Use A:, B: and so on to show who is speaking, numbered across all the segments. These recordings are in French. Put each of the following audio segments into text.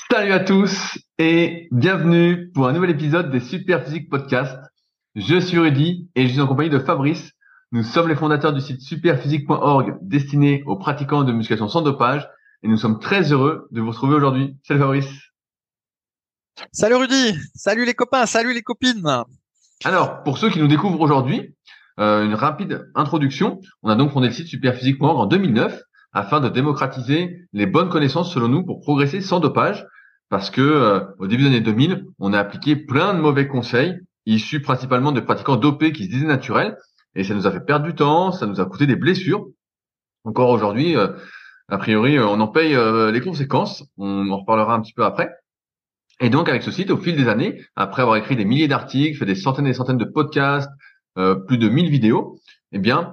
A: Salut à tous et bienvenue pour un nouvel épisode des Super Physique Podcast. Je suis Rudy et je suis en compagnie de Fabrice. Nous sommes les fondateurs du site superphysique.org destiné aux pratiquants de musculation sans dopage et nous sommes très heureux de vous retrouver aujourd'hui. Salut Fabrice.
B: Salut Rudy, salut les copains, salut les copines.
A: Alors, pour ceux qui nous découvrent aujourd'hui, une rapide introduction. On a donc fondé le site superphysique.org en 2009 afin de démocratiser les bonnes connaissances selon nous pour progresser sans dopage. Parce que au début des années 2000, on a appliqué plein de mauvais conseils issus principalement de pratiquants dopés qui se disaient naturels, et ça nous a fait perdre du temps, ça nous a coûté des blessures. Encore aujourd'hui, a priori, on en paye les conséquences. On en reparlera un petit peu après. Et donc avec ce site, au fil des années, après avoir écrit des milliers d'articles, fait des centaines et des centaines de podcasts, plus de 1000 vidéos, eh bien,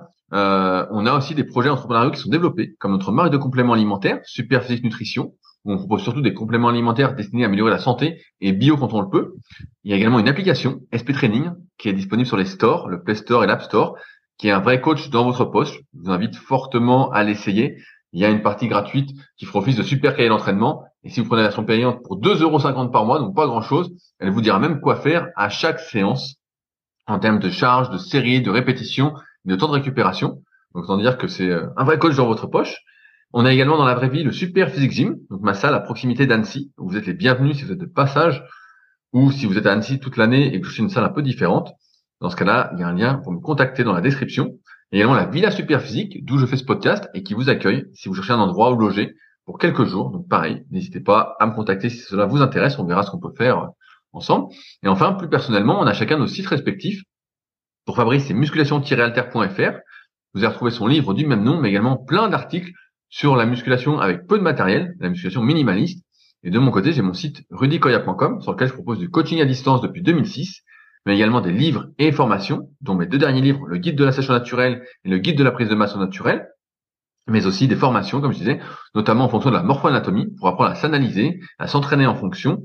A: on a aussi des projets entrepreneuriaux qui sont développés, comme notre marque de compléments alimentaires, Superphysique Nutrition, où on propose surtout des compléments alimentaires destinés à améliorer la santé et bio quand on le peut. Il y a également une application, SP Training, qui est disponible sur les stores, le Play Store et l'App Store, qui est un vrai coach dans votre poche. Je vous invite fortement à l'essayer. Il y a une partie gratuite qui fera office de super cahier d'entraînement. Et si vous prenez la version payante pour 2,50 € par mois, donc pas grand-chose, elle vous dira même quoi faire à chaque séance en termes de charge, de série, de répétition, de temps de récupération. Donc, autant dire que c'est un vrai coach dans votre poche. On a également dans la vraie vie le Super Physique Gym, donc ma salle à proximité d'Annecy. Vous êtes les bienvenus si vous êtes de passage ou si vous êtes à Annecy toute l'année et que je suis une salle un peu différente. Dans ce cas-là, il y a un lien pour me contacter dans la description. Et également la Villa Super Physique, d'où je fais ce podcast et qui vous accueille si vous cherchez un endroit où loger pour quelques jours. Donc pareil, n'hésitez pas à me contacter si cela vous intéresse. On verra ce qu'on peut faire ensemble. Et enfin, plus personnellement, on a chacun nos sites respectifs. Pour Fabrice, c'est musculation-alter.fr. Vous avez retrouvé son livre du même nom, mais également plein d'articles sur la musculation avec peu de matériel, la musculation minimaliste. Et de mon côté, j'ai mon site rudykoya.com sur lequel je propose du coaching à distance depuis 2006, mais également des livres et formations, dont mes deux derniers livres, le guide de la sèche naturelle et le guide de la prise de masse naturelle, mais aussi des formations, comme je disais, notamment en fonction de la morpho-anatomie, pour apprendre à s'analyser, à s'entraîner en fonction,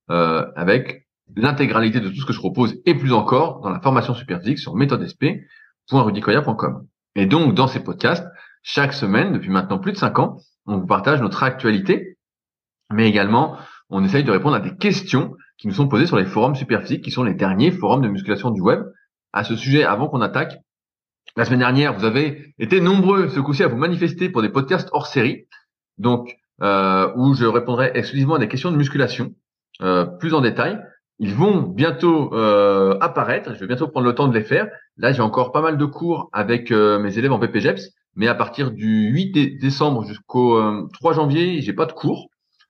A: avec l'intégralité de tout ce que je propose et plus encore dans la formation Superphysique sur méthodesp.rudykoya.com. Et donc, dans ces podcasts, chaque semaine, depuis maintenant plus de 5 ans, on vous partage notre actualité, mais également, on essaye de répondre à des questions qui nous sont posées sur les forums Superphysique, qui sont les derniers forums de musculation du web. À ce sujet, avant qu'on attaque, la semaine dernière, vous avez été nombreux ce coup-ci à vous manifester pour des podcasts hors série, donc où je répondrai exclusivement à des questions de musculation, plus en détail. Ils vont bientôt apparaître. Je vais bientôt prendre le temps de les faire. Là, j'ai encore pas mal de cours avec mes élèves en PPGEPS, mais à partir du 8 décembre jusqu'au 3 janvier, j'ai pas de cours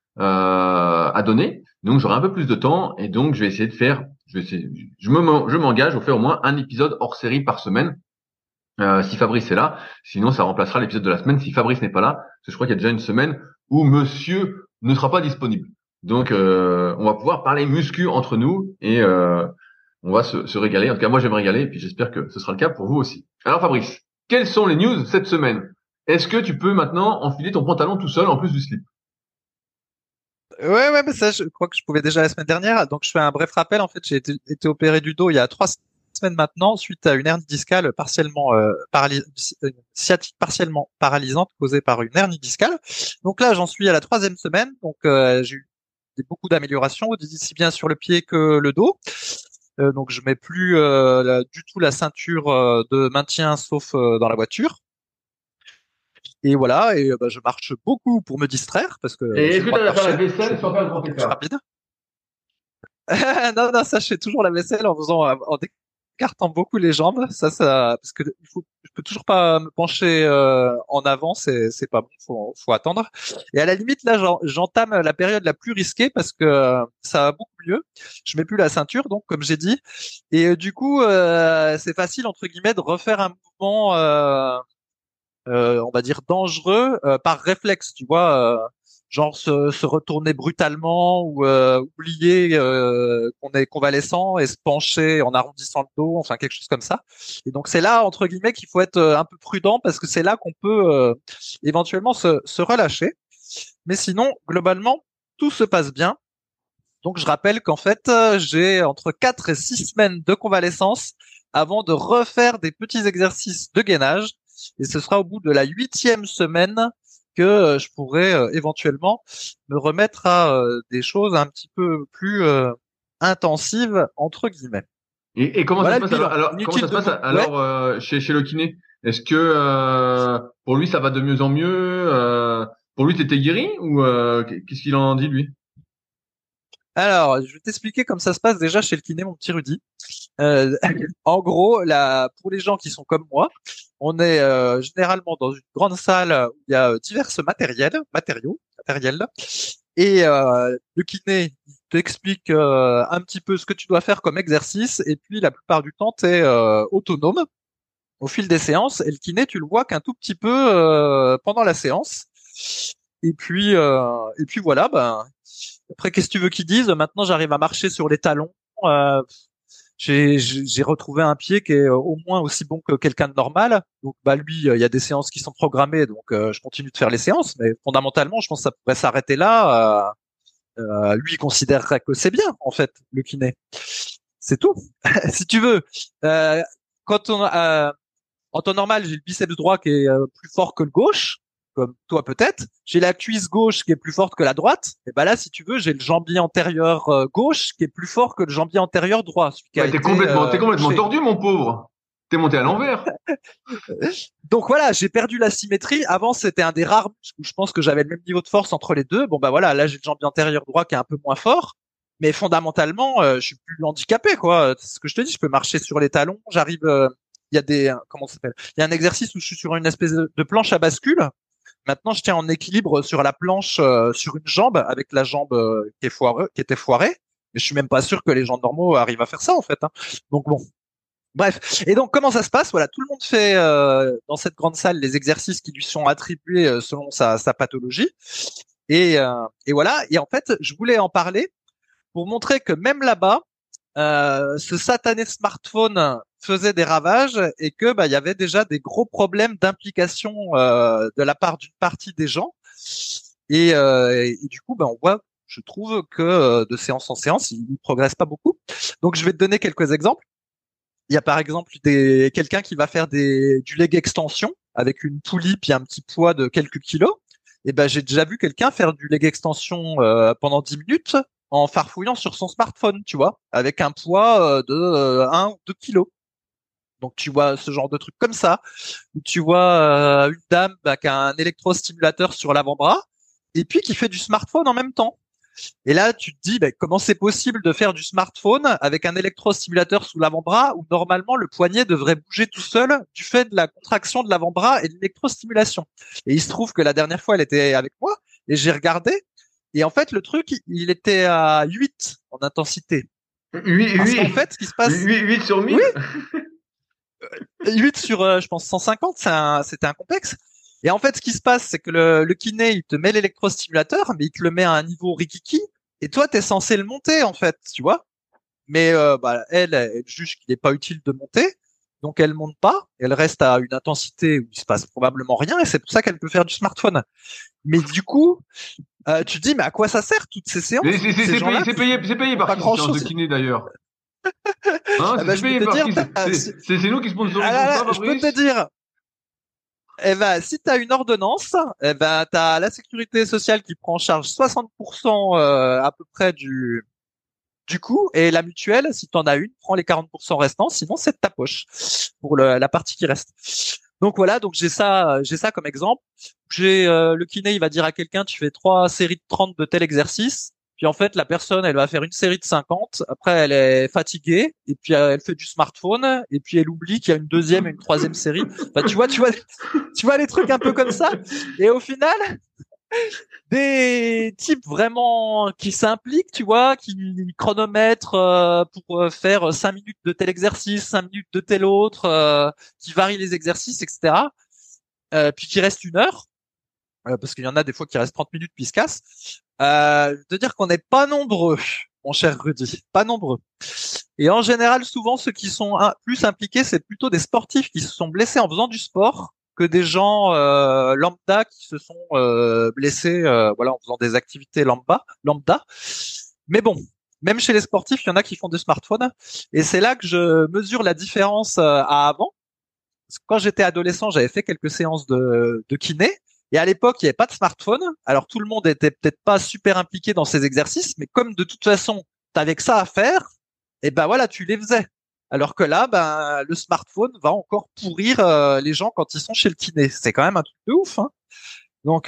A: à donner. Donc, j'aurai un peu plus de temps et donc je vais essayer de faire. Je m'engage à faire au moins un épisode hors série par semaine. Si Fabrice est là, sinon ça remplacera l'épisode de la semaine si Fabrice n'est pas là, parce que je crois qu'il y a déjà une semaine où Monsieur ne sera pas disponible. Donc on va pouvoir parler muscu entre nous et on va se régaler. En tout cas, moi je vais me régaler et puis j'espère que ce sera le cas pour vous aussi. Alors Fabrice, quelles sont les news cette semaine? Est-ce que tu peux maintenant enfiler ton pantalon tout seul en plus du slip?
B: Ouais, mais ça, je crois que je pouvais déjà la semaine dernière. Donc, je fais un bref rappel. En fait, j'ai été opéré du dos il y a 3 semaines maintenant, suite à une hernie discale partiellement sciatique partiellement paralysante causée par une hernie discale. Donc là, j'en suis à la 3e semaine. Donc, j'ai eu beaucoup d'améliorations, aussi bien sur le pied que le dos. Donc, je mets plus du tout la ceinture de maintien, sauf dans la voiture. Et voilà, et je marche beaucoup pour me distraire parce que
A: Et
B: j'ai
A: est-ce
B: le
A: que
B: droit
A: tu
B: de
A: as faire la
B: marcher.
A: vaisselle sans faire le grand
B: Je suis
A: écart?
B: rapide. Non, ça, je fais toujours la vaisselle en faisant, en écartant beaucoup les jambes. Parce que je peux toujours pas me pencher en avant, c'est pas bon, faut attendre. Et à la limite, là, j'entame la période la plus risquée parce que ça va beaucoup mieux. Je mets plus la ceinture, donc comme j'ai dit, et du coup, c'est facile entre guillemets de refaire un mouvement. On va dire dangereux par réflexe, tu vois, genre se retourner brutalement ou oublier qu'on est convalescent et se pencher en arrondissant le dos, enfin quelque chose comme ça. Et donc c'est là entre guillemets qu'il faut être un peu prudent parce que c'est là qu'on peut éventuellement se relâcher. Mais sinon, globalement, tout se passe bien. Donc je rappelle qu'en fait, j'ai entre 4 et 6 semaines de convalescence avant de refaire des petits exercices de gainage. Et ce sera au bout de la 8e semaine que je pourrais éventuellement me remettre à des choses un petit peu plus intensives entre guillemets.
A: Et comment ça
B: Voilà
A: se
B: le
A: passe
B: bilan.
A: comment ça
B: Inutile
A: se
B: de
A: passe
B: mon... Ouais.
A: chez le kiné? Est-ce que pour lui ça va de mieux en mieux? Pour lui t'étais guéri ou qu'est-ce qu'il en dit lui?
B: Alors, je vais t'expliquer comme ça se passe déjà chez le kiné, mon petit Rudy. Euh, en gros, là, pour les gens qui sont comme moi, on est généralement dans une grande salle où il y a divers matériels, et le kiné il t'explique un petit peu ce que tu dois faire comme exercice, et puis la plupart du temps, tu es autonome au fil des séances, et le kiné, tu le vois qu'un tout petit peu pendant la séance. Et puis voilà, ben, après, qu'est-ce que tu veux qu'ils disent? Maintenant, j'arrive à marcher sur les talons. Euh, j'ai retrouvé un pied qui est au moins aussi bon que quelqu'un de normal. Donc, bah lui, il y a des séances qui sont programmées, donc je continue de faire les séances. Mais fondamentalement, je pense que ça pourrait s'arrêter là. Lui, il considérerait que c'est bien, en fait, le kiné. C'est tout. Si tu veux, euh, quand on, en temps normal, j'ai le biceps droit qui est plus fort que le gauche, comme toi peut-être. J'ai la cuisse gauche qui est plus forte que la droite. Et ben là, si tu veux, j'ai le jambier antérieur gauche qui est plus fort que le jambier antérieur droit, celui qui a
A: Ouais,
B: été
A: t'es complètement
B: touché.
A: tordu, mon pauvre. T'es monté à l'envers.
B: Donc voilà, j'ai perdu la symétrie. Avant, c'était un des rares muscles où je pense que j'avais le même niveau de force entre les deux. Bon bah voilà, là j'ai le jambier antérieur droit qui est un peu moins fort. Mais fondamentalement, je suis plus handicapé, quoi. C'est ce que je te dis, je peux marcher sur les talons. J'arrive, il y a des, comment ça s'appelle? Il y a un exercice où je suis sur une espèce de planche à bascule. Maintenant, je tiens en équilibre sur la planche, sur une jambe, avec la jambe qui était foirée. Mais je suis même pas sûr que les gens normaux arrivent à faire ça, en fait, hein. Donc bon, bref. Et donc, comment ça se passe? Voilà, tout le monde fait dans cette grande salle les exercices qui lui sont attribués selon sa pathologie. Et voilà. Et en fait, je voulais en parler pour montrer que même là-bas, ce satané smartphone faisait des ravages et que bah il y avait déjà des gros problèmes d'implication de la part d'une partie des gens. Et du coup, bah on voit, je trouve que de séance en séance, il ne progresse pas beaucoup. Donc je vais te donner quelques exemples. Il y a par exemple quelqu'un qui va faire du leg extension avec une poulie puis un petit poids de quelques kilos. Et ben j'ai déjà vu quelqu'un faire du leg extension pendant 10 minutes en farfouillant sur son smartphone, tu vois, avec un poids de 1 ou 2 kilos. Donc tu vois ce genre de truc comme ça, où tu vois une dame bah, qui a un électrostimulateur sur l'avant-bras et puis qui fait du smartphone en même temps. Et là, tu te dis, bah, comment c'est possible de faire du smartphone avec un électrostimulateur sous l'avant-bras où normalement le poignet devrait bouger tout seul du fait de la contraction de l'avant-bras et de l'électrostimulation. Et il se trouve que la dernière fois, elle était avec moi et j'ai regardé. Et en fait, le truc, il était à 8 en intensité.
A: 8,
B: Parce qu'en
A: 8,
B: fait, ce qui se passe,
A: 8 sur
B: oui,
A: 1000.
B: 8 sur, je pense, 150, c'était un complexe. Et en fait, ce qui se passe, c'est que le kiné, il te met l'électrostimulateur, mais il te le met à un niveau rikiki. Et toi, t'es censé le monter, en fait, tu vois. Mais bah, elle juge qu'il n'est pas utile de monter, donc elle monte pas. Elle reste à une intensité où il se passe probablement rien, et c'est pour ça qu'elle peut faire du smartphone. Mais du coup, tu te dis, mais à quoi ça sert toutes ces
A: Mais
B: séances, ces gens-là qui
A: c'est payé
B: font
A: par
B: pas
A: qui ces séances de
B: grand-chose.
A: kiné d'ailleurs? Hein,
B: Ah bah,
A: c'est
B: je peux
A: payé
B: te
A: par
B: dire,
A: qui? C'est nous qui
B: ah
A: sponsorisons
B: là
A: ça,
B: là, je peux te
A: Fabrice?
B: dire. Eh ben, si tu as une ordonnance, eh ben, tu as la sécurité sociale qui prend en charge 60% à peu près du coût, et la mutuelle, si tu en as une, prend les 40% restants, sinon c'est de ta poche pour la partie qui reste. Donc voilà, donc j'ai ça comme exemple. J'ai le kiné, il va dire à quelqu'un, tu fais 3 séries de 30 de tel exercice. Puis en fait, la personne, elle va faire une série de 50. Après, elle est fatiguée. Et puis, elle fait du smartphone. Et puis, elle oublie qu'il y a une deuxième et une troisième série. Enfin, tu vois les trucs un peu comme ça. Et au final, des types vraiment qui s'impliquent, tu vois, qui chronomètrent pour faire 5 minutes de tel exercice, 5 minutes de tel autre, qui varient les exercices, etc. Puis qui restent 1 heure, parce qu'il y en a des fois qui restent 30 minutes puis se cassent. De dire qu'on n'est pas nombreux, mon cher Rudy, pas nombreux. Et en général, souvent, ceux qui sont plus impliqués, c'est plutôt des sportifs qui se sont blessés en faisant du sport que des gens lambda qui se sont blessés voilà, en faisant des activités lambda. Mais bon, même chez les sportifs, il y en a qui font du smartphone. Et c'est là que je mesure la différence à avant. Parce que quand j'étais adolescent, j'avais fait quelques séances de kiné. Et à l'époque, il n'y avait pas de smartphone. Alors tout le monde était peut-être pas super impliqué dans ces exercices, mais comme de toute façon, t'avais que ça à faire, et ben voilà, tu les faisais. Alors que là, ben le smartphone va encore pourrir les gens quand ils sont chez le kiné. C'est quand même un truc de ouf, hein. Donc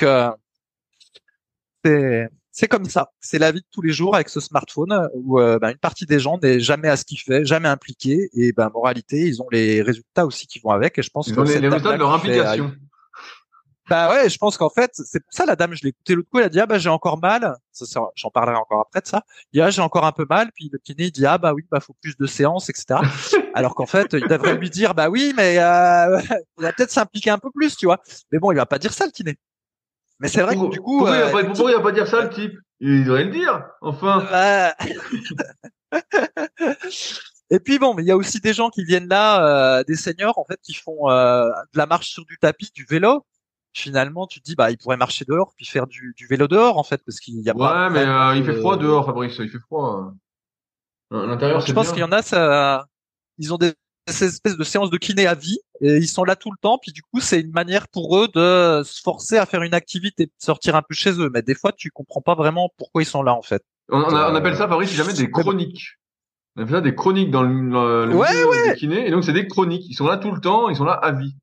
B: c'est comme ça. C'est la vie de tous les jours avec ce smartphone où ben, une partie des gens n'est jamais à ce qu'il fait, jamais impliqué. Et ben moralité, ils ont les résultats aussi qui vont avec. Et je pense
A: Ils
B: que
A: ont les
B: cette
A: résultats
B: dame-là
A: de leur
B: qui fait,
A: implication.
B: bah ouais, je pense qu'en fait, c'est pour ça la dame, je l'ai écouté l'autre coup, elle a dit ah bah j'ai encore mal. J'en parlerai encore après de ça. Il dit ah j'ai encore un peu mal, puis le kiné il dit ah bah oui bah faut plus de séances etc. Alors qu'en fait il devrait lui dire bah oui mais il va peut-être s'impliquer un peu plus tu vois. Mais bon il va pas dire ça le kiné. Mais c'est vrai que du coup
A: Pourquoi il va pas dire ça, le type? Il devrait le dire, enfin.
B: euh, et puis bon, mais il y a aussi des gens qui viennent là, des seniors en fait, qui font de la marche sur du tapis, du vélo. Finalement, tu te dis bah ils pourraient marcher dehors puis faire du vélo dehors en fait, parce qu'il n'y a pas
A: Ouais, mais
B: vraiment
A: il fait froid
B: de.
A: dehors, Fabrice, il fait froid. À l'intérieur,
B: Je
A: c'est
B: pense qu'il y
A: bien.
B: en a, ça, ils ont ces espèces de séances de kiné à vie et ils sont là tout le temps. Puis du coup, c'est une manière pour eux de se forcer à faire une activité, de sortir un peu chez eux. Mais des fois, tu comprends pas vraiment pourquoi ils sont là en fait.
A: On appelle ça, Fabrice, si jamais des
B: Mais bon.
A: chroniques. On appelle ça des chroniques dans le
B: Ouais,
A: milieu des kinés, et donc c'est des chroniques. Ils sont là tout le temps, ils sont là à vie.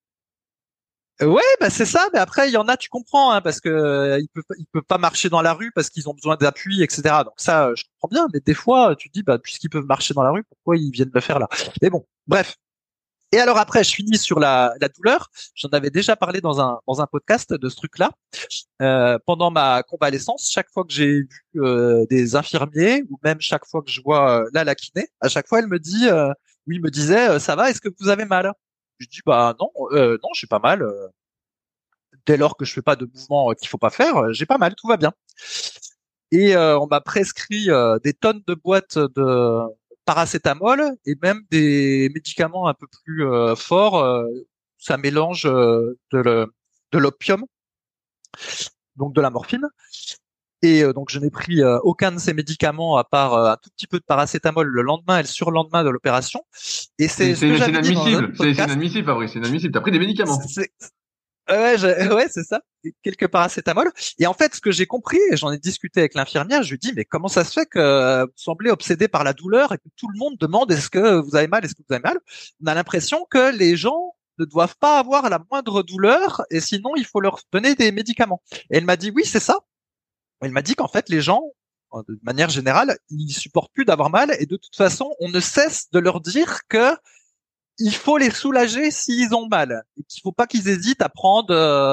B: ouais, bah c'est ça. Mais après, il y en a, tu comprends, hein, parce que ils peuvent pas marcher dans la rue parce qu'ils ont besoin d'appui, etc. Donc ça, je comprends bien. Mais des fois, tu te dis, bah puisqu'ils peuvent marcher dans la rue, pourquoi ils viennent le faire là? Mais bon, bref. Et alors après, je finis sur la douleur. J'en avais déjà parlé dans un podcast de ce truc-là. Pendant ma convalescence, chaque fois que j'ai vu des infirmiers ou même chaque fois que je vois là la kiné, à chaque fois elle me dit, oui, il me disait, ça va, est-ce que vous avez mal? Je dis bah non, non, j'ai pas mal. Dès lors que je fais pas de mouvement qu'il faut pas faire, j'ai pas mal, tout va bien. Et on m'a prescrit des tonnes de boîtes de paracétamol et même des médicaments un peu plus forts. Ça mélange de l'opium, donc de la morphine. Et donc je n'ai pris aucun de ces médicaments à part un tout petit peu de paracétamol le lendemain et le surlendemain de l'opération. Et c'est ce que
A: C'est
B: j'avais dit dans un autre
A: inadmissible. C'est
B: podcast.
A: inadmissible, Fabrice, c'est inadmissible. T'as pris des médicaments.
B: C'est, ouais, ouais, c'est ça. Quelques paracétamol. Et en fait, ce que j'ai compris, et j'en ai discuté avec l'infirmière, je lui dis, mais comment ça se fait que vous semblez obsédé par la douleur et que tout le monde demande est-ce que vous avez mal, est-ce que vous avez mal? On a l'impression que les gens ne doivent pas avoir la moindre douleur et sinon il faut leur donner des médicaments. Et elle m'a dit oui, c'est ça. Elle m'a dit qu'en fait les gens, de manière générale, ils supportent plus d'avoir mal et de toute façon, on ne cesse de leur dire que il faut les soulager s'ils ont mal et qu'il faut pas qu'ils hésitent à prendre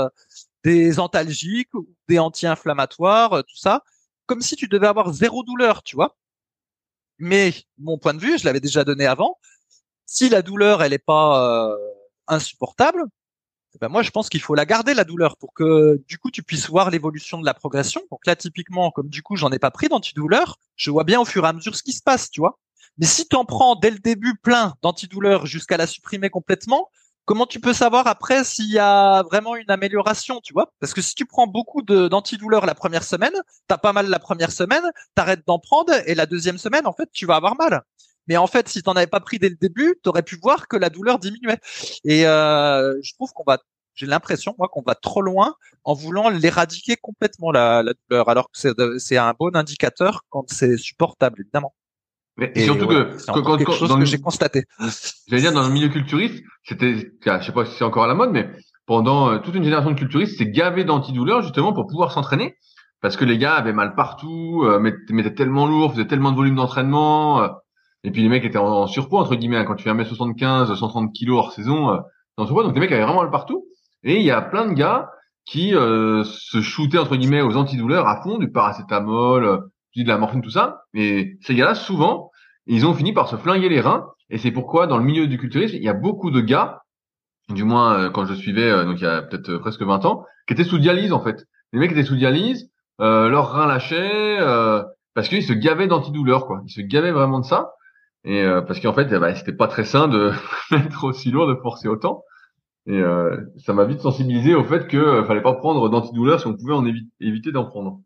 B: des antalgiques ou des anti-inflammatoires, tout ça, comme si tu devais avoir zéro douleur, tu vois. Mais mon point de vue, je l'avais déjà donné avant, si la douleur elle est pas insupportable, eh ben moi je pense qu'il faut la garder la douleur pour que du coup tu puisses voir l'évolution de la progression. Donc là typiquement, comme du coup j'en ai pas pris d'antidouleur, je vois bien au fur et à mesure ce qui se passe, tu vois. Mais si tu en prends dès le début plein d'antidouleur jusqu'à la supprimer complètement, comment tu peux savoir après s'il y a vraiment une amélioration, tu vois? Parce que si tu prends beaucoup d'antidouleurs la première semaine, t'as pas mal la première semaine, t'arrêtes d'en prendre et la deuxième semaine, en fait, tu vas avoir mal. Mais en fait, si t'en avais pas pris dès le début, t'aurais pu voir que la douleur diminuait. Et je trouve j'ai l'impression, moi, qu'on va trop loin en voulant l'éradiquer complètement la douleur, alors que c'est un bon indicateur quand c'est supportable, évidemment.
A: Mais
B: Et
A: surtout
B: voilà,
A: que,
B: c'est encore quelque chose
A: dans
B: que
A: le,
B: j'ai constaté.
A: j'allais dire, dans le milieu culturiste, je sais pas si c'est encore à la mode, mais pendant toute une génération de culturistes, c'est gavé d'antidouleurs justement pour pouvoir s'entraîner. Parce que les gars avaient mal partout, mettaient tellement lourd, faisaient tellement de volume d'entraînement, et puis les mecs étaient en surpoids, entre guillemets, hein. Quand tu fais 1m75, 130 kilos hors saison, t'es en surpoids, donc les mecs avaient vraiment mal partout. Et il y a plein de gars qui se shootaient, entre guillemets, aux antidouleurs à fond, du paracétamol, de la morphine, tout ça. Et ces gars-là, souvent, ils ont fini par se flinguer les reins. Et c'est pourquoi, dans le milieu du culturisme, il y a beaucoup de gars, du moins quand je suivais, donc il y a peut-être presque 20 ans, qui étaient sous dialyse, en fait. Les mecs étaient sous dialyse, leurs reins lâchaient, parce qu'ils se gavaient d'antidouleurs, quoi. Ils se gavaient vraiment de ça. Et parce qu'en fait, bah, c'était pas très sain de mettre aussi lourd, de forcer autant. Et ça m'a vite sensibilisé au fait que fallait pas prendre d'antidouleurs si on pouvait en éviter d'en prendre.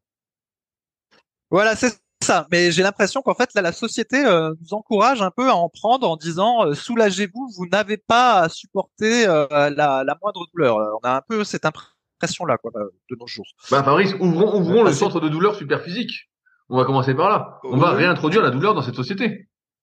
B: Voilà, c'est ça. Mais j'ai l'impression qu'en fait, là, la société nous encourage un peu à en prendre en disant soulagez-vous, vous n'avez pas à supporter la moindre douleur. On a un peu cette impression impression-là, quoi, de nos jours.
A: Bah, Fabrice, ouvrons le
B: Passer-
A: centre de douleur Superphysique. On va commencer par là. On va
B: Oui.
A: réintroduire la douleur dans cette société.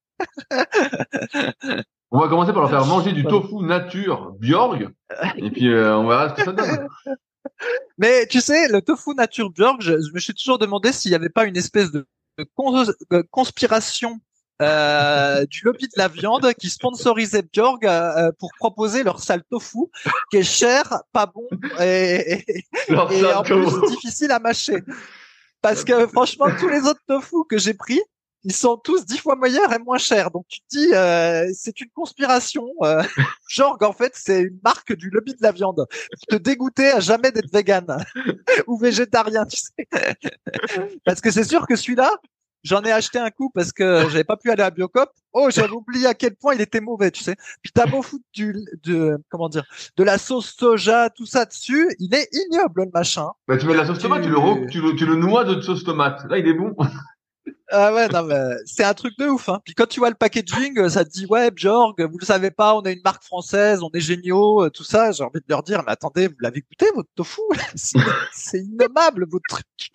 A: On va commencer par leur faire manger du
B: Voilà.
A: tofu nature Bjorg. Et puis, on verra ce que ça donne.
B: Mais tu sais, le tofu nature Björk, je me suis toujours demandé s'il n'y avait pas une espèce de conspiration du lobby de la viande qui sponsorisait Björk pour proposer leur sale tofu, qui est cher, pas bon
A: Leur
B: et en
A: salto.
B: plus difficile à mâcher. Parce que franchement, tous les autres tofu que j'ai pris, ils sont tous 10 fois meilleurs et moins chers. Donc tu te dis, c'est une conspiration. Genre, en fait, c'est une marque du lobby de la viande pour te dégoûter à jamais d'être vegan ou végétarien, tu sais. Parce que c'est sûr que celui-là, j'en ai acheté un coup parce que j'avais pas pu aller à Biocop. Oh, j'avais oublié à quel point il était mauvais, tu sais. Puis t'as beau foutre comment dire, de la sauce soja, tout ça dessus, il est ignoble le machin.
A: Bah, tu mets de la sauce tomate, tu le noies de sauce tomate. Là, il est bon.
B: Ah ouais, non, mais c'est un truc de ouf, hein. Puis quand tu vois le packaging, ça te dit, ouais, Bjorg, vous le savez pas, on est une marque française, on est géniaux, tout ça. J'ai envie de leur dire, mais attendez, vous l'avez goûté, votre tofu? C'est innommable, votre truc.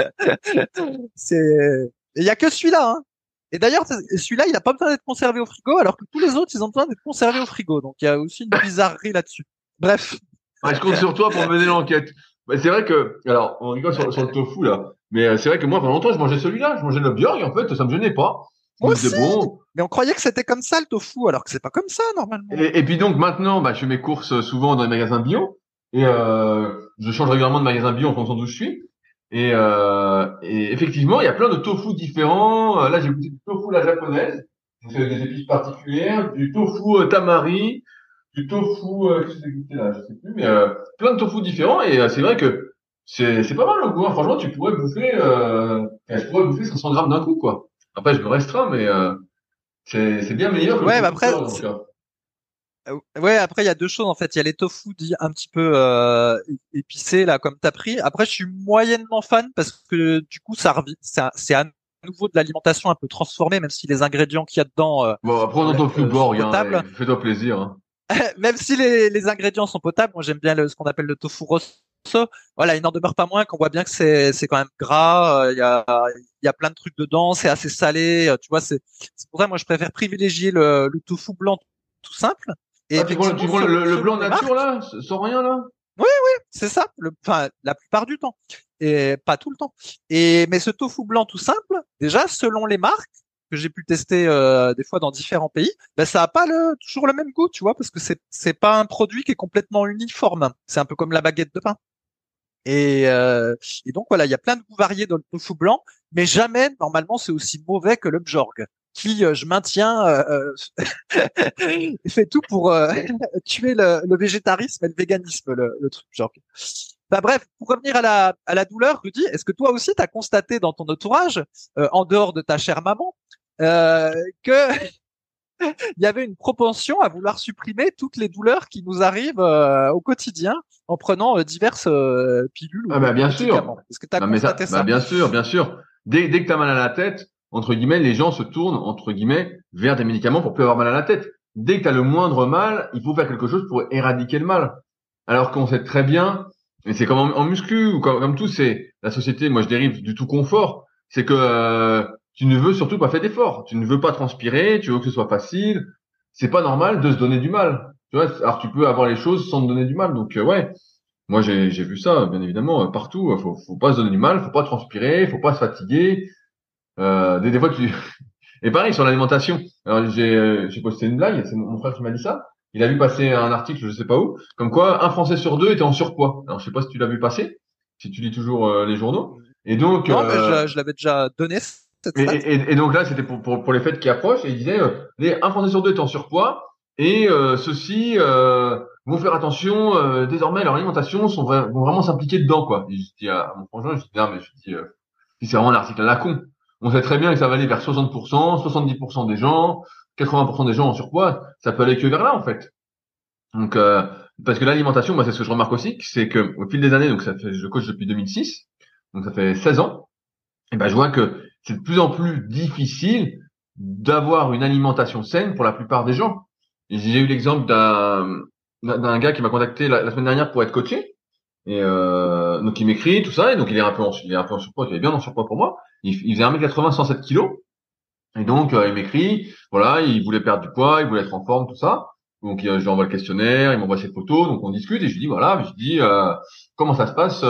B: Il y a que celui-là, hein. Et d'ailleurs, celui-là, il a pas besoin d'être conservé au frigo, alors que tous les autres, ils ont besoin d'être conservés au frigo. Donc il y a aussi une bizarrerie là-dessus. Bref.
A: Ouais, je compte sur toi pour mener l'enquête. Bah, c'est vrai que, alors, on rigole sur le tofu, là. Mais c'est vrai que moi, pendant longtemps, je mangeais celui-là. Je mangeais le Bjorg, et en fait, ça me gênait pas. Je
B: Moi
A: me
B: aussi!
A: disais, bon.
B: Mais on croyait que c'était comme ça, le tofu, alors que c'est pas comme ça, normalement.
A: Et puis donc, maintenant, bah, je fais mes courses souvent dans les magasins bio. Et je change régulièrement de magasin bio en fonction d'où je suis. Et effectivement, il y a plein de tofu différents. Là, j'ai goûté du tofu la japonaise. Donc, c'est des épices particulières. Du tofu tamari. Du tofu, qu'est-ce que j'ai goûté là? Je sais plus. Mais plein de tofu différents. Et c'est vrai que c'est pas mal le goût, hein. Franchement, je pourrais bouffer 500 grammes d'un coup, quoi. Après, je me restreins, mais c'est bien meilleur que le
B: Ouais, mais
A: tofu
B: après,
A: pur, donc.
B: ouais, après il y a deux choses en fait. Il y a les tofu dits un petit peu épicés là, comme t'as pris. Après, je suis moyennement fan parce que du coup, ça revient, c'est à nouveau de l'alimentation un peu transformée, même si les ingrédients qu'il y a dedans
A: Bon, après, on entend plus
B: sont
A: Borg, hein.
B: potables.
A: Fais-toi plaisir, hein.
B: Même si les ingrédients sont potables, moi j'aime bien ce qu'on appelle le tofu rosso. Voilà, il n'en demeure pas moins qu'on voit bien que c'est quand même gras. Il y a plein de trucs dedans, c'est assez salé. Tu vois, c'est pour ça moi je préfère privilégier le tofu blanc tout simple. Et
A: Ah, tu
B: effectivement,
A: prends le
B: selon
A: blanc
B: les
A: nature,
B: marques,
A: là? Sans rien, là?
B: oui, c'est ça. Enfin, la plupart du temps, et pas tout le temps. Mais ce tofu blanc tout simple, déjà selon les marques que j'ai pu tester des fois dans différents pays, ben ça a pas toujours le même goût, tu vois, parce que c'est pas un produit qui est complètement uniforme. C'est un peu comme la baguette de pain. Et, euh, et donc voilà, il y a plein de goûts variés dans le tofu blanc, mais jamais normalement c'est aussi mauvais que le bjorg, qui je maintiens fait tout pour tuer le végétarisme et le véganisme, le truc bjorg. Bah bref, pour revenir à la douleur, Rudy, est-ce que toi aussi tu as constaté dans ton entourage, en dehors de ta chère maman, que il y avait une propension à vouloir supprimer toutes les douleurs qui nous arrivent au quotidien en prenant diverses pilules
A: Ah, bah,
B: ou
A: bien sûr.
B: médicaments. Est-ce que tu as
A: Non, mais
B: constaté
A: bah,
B: ça?
A: bien sûr, bien sûr. Dès que t'as mal à la tête, entre guillemets, les gens se tournent, entre guillemets, vers des médicaments pour plus avoir mal à la tête. Dès que t'as le moindre mal, il faut faire quelque chose pour éradiquer le mal. Alors qu'on sait très bien, et c'est comme en muscu ou comme tout, c'est la société, moi je dérive du tout confort, c'est que tu ne veux surtout pas faire d'efforts. Tu ne veux pas transpirer, tu veux que ce soit facile. C'est pas normal de se donner du mal. Tu vois, alors tu peux avoir les choses sans te donner du mal. Donc ouais. Moi, j'ai vu ça, bien évidemment, partout. Faut pas se donner du mal, faut pas transpirer, faut pas se fatiguer. Des fois, et pareil sur l'alimentation. Alors, j'ai posté une blague. C'est mon frère qui m'a dit ça. Il a vu passer un article, je sais pas où, comme quoi un Français sur deux était en surpoids. Alors, je sais pas si tu l'as vu passer, si tu lis toujours les journaux. Et donc,
B: Non, mais je l'avais déjà donné cette stat.
A: et donc là, c'était pour les fêtes qui approchent. Et il disait, un Français sur deux est en surpoids. Et ceux-ci vont faire attention. Désormais, leur alimentation vont vraiment s'impliquer dedans, quoi. Et je dis à mon frangin, je dis non, mais c'est vraiment un article à la con. On sait très bien que ça va aller vers 60%, 70% des gens, 80% des gens en surpoids. Ça peut aller que vers là, en fait. Donc, parce que l'alimentation, moi, c'est ce que je remarque aussi, c'est que au fil des années, donc je coach depuis 2006, donc ça fait 16 ans. Et ben, je vois que c'est de plus en plus difficile d'avoir une alimentation saine pour la plupart des gens. Et j'ai eu l'exemple d'un gars qui m'a contacté la semaine dernière pour être coaché. Et donc il m'écrit tout ça, et donc il est un peu en surpoids, il est bien en surpoids pour moi. Il faisait 1m80, 107 kilos. Et donc il m'écrit, voilà, il voulait perdre du poids, il voulait être en forme, tout ça. Donc je lui envoie le questionnaire, il m'envoie ses photos, donc on discute et je lui dis voilà, je lui dis comment ça se passe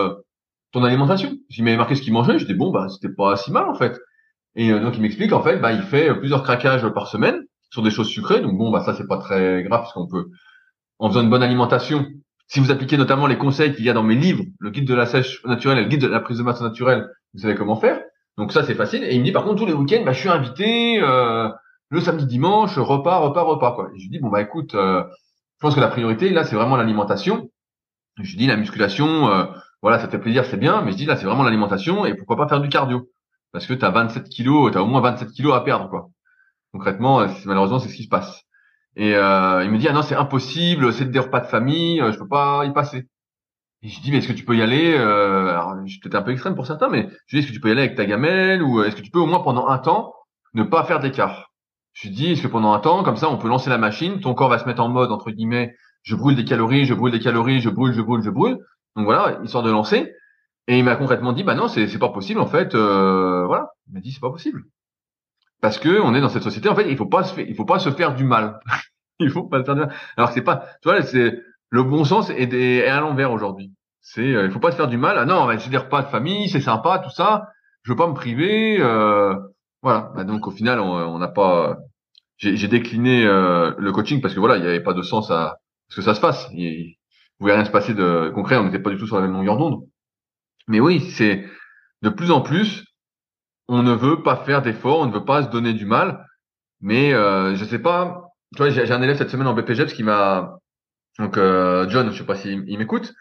A: ton alimentation. Il m'avait marqué ce qu'il mangeait, je dis bon bah c'était pas si mal en fait. Et donc il m'explique en fait bah il fait plusieurs craquages par semaine sur des choses sucrées, donc bon bah ça c'est pas très grave parce qu'on peut en faisant une bonne alimentation. Si vous appliquez notamment les conseils qu'il y a dans mes livres, le guide de la sèche naturelle et le guide de la prise de masse naturelle, vous savez comment faire. Donc ça c'est facile. Et il me dit par contre tous les week-ends, bah, je suis invité le samedi, dimanche, repas quoi. Et je lui dis bon bah écoute, je pense que la priorité là c'est vraiment l'alimentation. Je lui dis la musculation, voilà ça te fait plaisir c'est bien, mais je dis là c'est vraiment l'alimentation et pourquoi pas faire du cardio parce que t'as 27 kilos, t'as au moins 27 kilos à perdre quoi. Concrètement, malheureusement c'est ce qui se passe. Et il me dit ah non c'est impossible, c'est des repas de famille, je peux pas y passer. Et je dis mais est-ce que tu peux y aller alors je suis peut-être un peu extrême pour certains, mais je dis est-ce que tu peux y aller avec ta gamelle ou est-ce que tu peux au moins pendant un temps ne pas faire d'écart. Je lui dis est-ce que pendant un temps comme ça on peut lancer la machine, ton corps va se mettre en mode entre guillemets je brûle des calories, je brûle des calories, je brûle. Donc voilà histoire de lancer. Et il m'a concrètement dit bah non c'est pas possible en fait voilà il m'a dit c'est pas possible parce que on est dans cette société en fait il faut pas se faire du mal. Il faut pas le faire du mal. Alors que c'est pas, tu vois, c'est le bon sens est à l'envers aujourd'hui. Il faut pas se faire du mal. Ah non, mais c'est des repas de famille, c'est sympa, tout ça. Je veux pas me priver. Voilà. Bah, donc au final, on n'a pas. J'ai décliné le coaching parce que voilà, il n'y avait pas de sens à ce que ça se fasse. Il pouvait rien se passer de concret. On n'était pas du tout sur la même longueur d'onde. Mais oui, c'est de plus en plus, on ne veut pas faire d'efforts, on ne veut pas se donner du mal. Mais je sais pas. Tu vois, j'ai un élève cette semaine en BPGEPS qui m'a donc John, je sais pas s'il il m'écoute.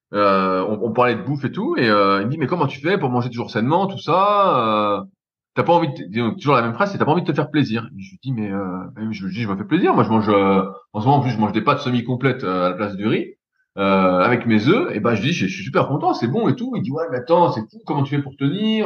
A: On parlait de bouffe et tout, et il me dit mais comment tu fais pour manger toujours sainement, tout ça t'as pas envie de toujours la même phrase, c'est t'as pas envie de te faire plaisir. Et je lui dis je lui dis je me fais plaisir. Moi je mange en ce moment en plus je mange des pâtes semi-complètes à la place du riz avec mes œufs. Et ben je dis je suis super content, c'est bon et tout. Il dit ouais mais attends c'est fou comment tu fais pour tenir.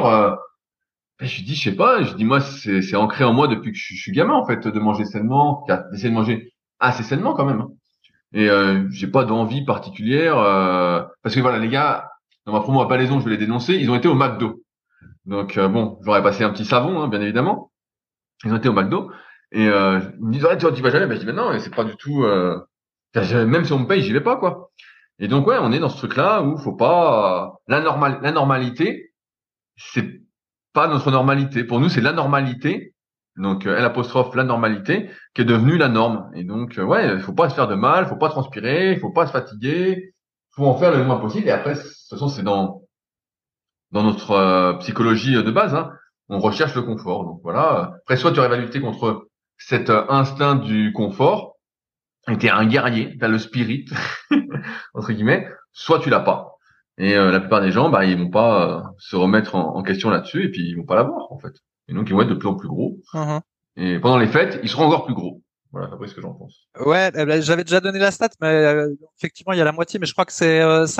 A: Et je lui dis je sais pas. Je dis moi c'est ancré en moi depuis que je suis gamin en fait de manger sainement, d'essayer de manger assez sainement quand même, hein. Et j'ai pas d'envie particulière parce que voilà les gars dans ma promo à Palaison je vais les dénoncer, ils ont été au McDo. Donc bon j'aurais passé un petit savon hein, bien évidemment. Ils ont été au McDo et ils me disent ouais tu vas jamais. Ben je dis ben non c'est pas du tout même si on me paye j'y vais pas quoi. Et donc ouais on est dans ce truc là où faut pas la normalité c'est pas notre normalité. Pour nous c'est la normalité. Donc L apostrophe la normalité qui est devenue la norme. Et donc ouais, il faut pas se faire de mal, faut pas transpirer, il faut pas se fatiguer, faut en faire le moins possible. Et après, de toute façon, c'est dans notre psychologie de base, hein. On recherche le confort. Donc voilà. Après, soit tu arrives à lutter contre cet instinct du confort, et t'es un guerrier, t'as le spirit entre guillemets, soit tu l'as pas. Et la plupart des gens, bah ils vont pas se remettre en question là-dessus, et puis ils vont pas l'avoir en fait. Et donc ils vont être de plus en plus gros.
B: Mhm.
A: Et pendant les fêtes, ils seront encore plus gros. Voilà, après ce que j'en pense.
B: Ouais, j'avais déjà donné la stat, mais effectivement, il y a la moitié, mais je crois que c'est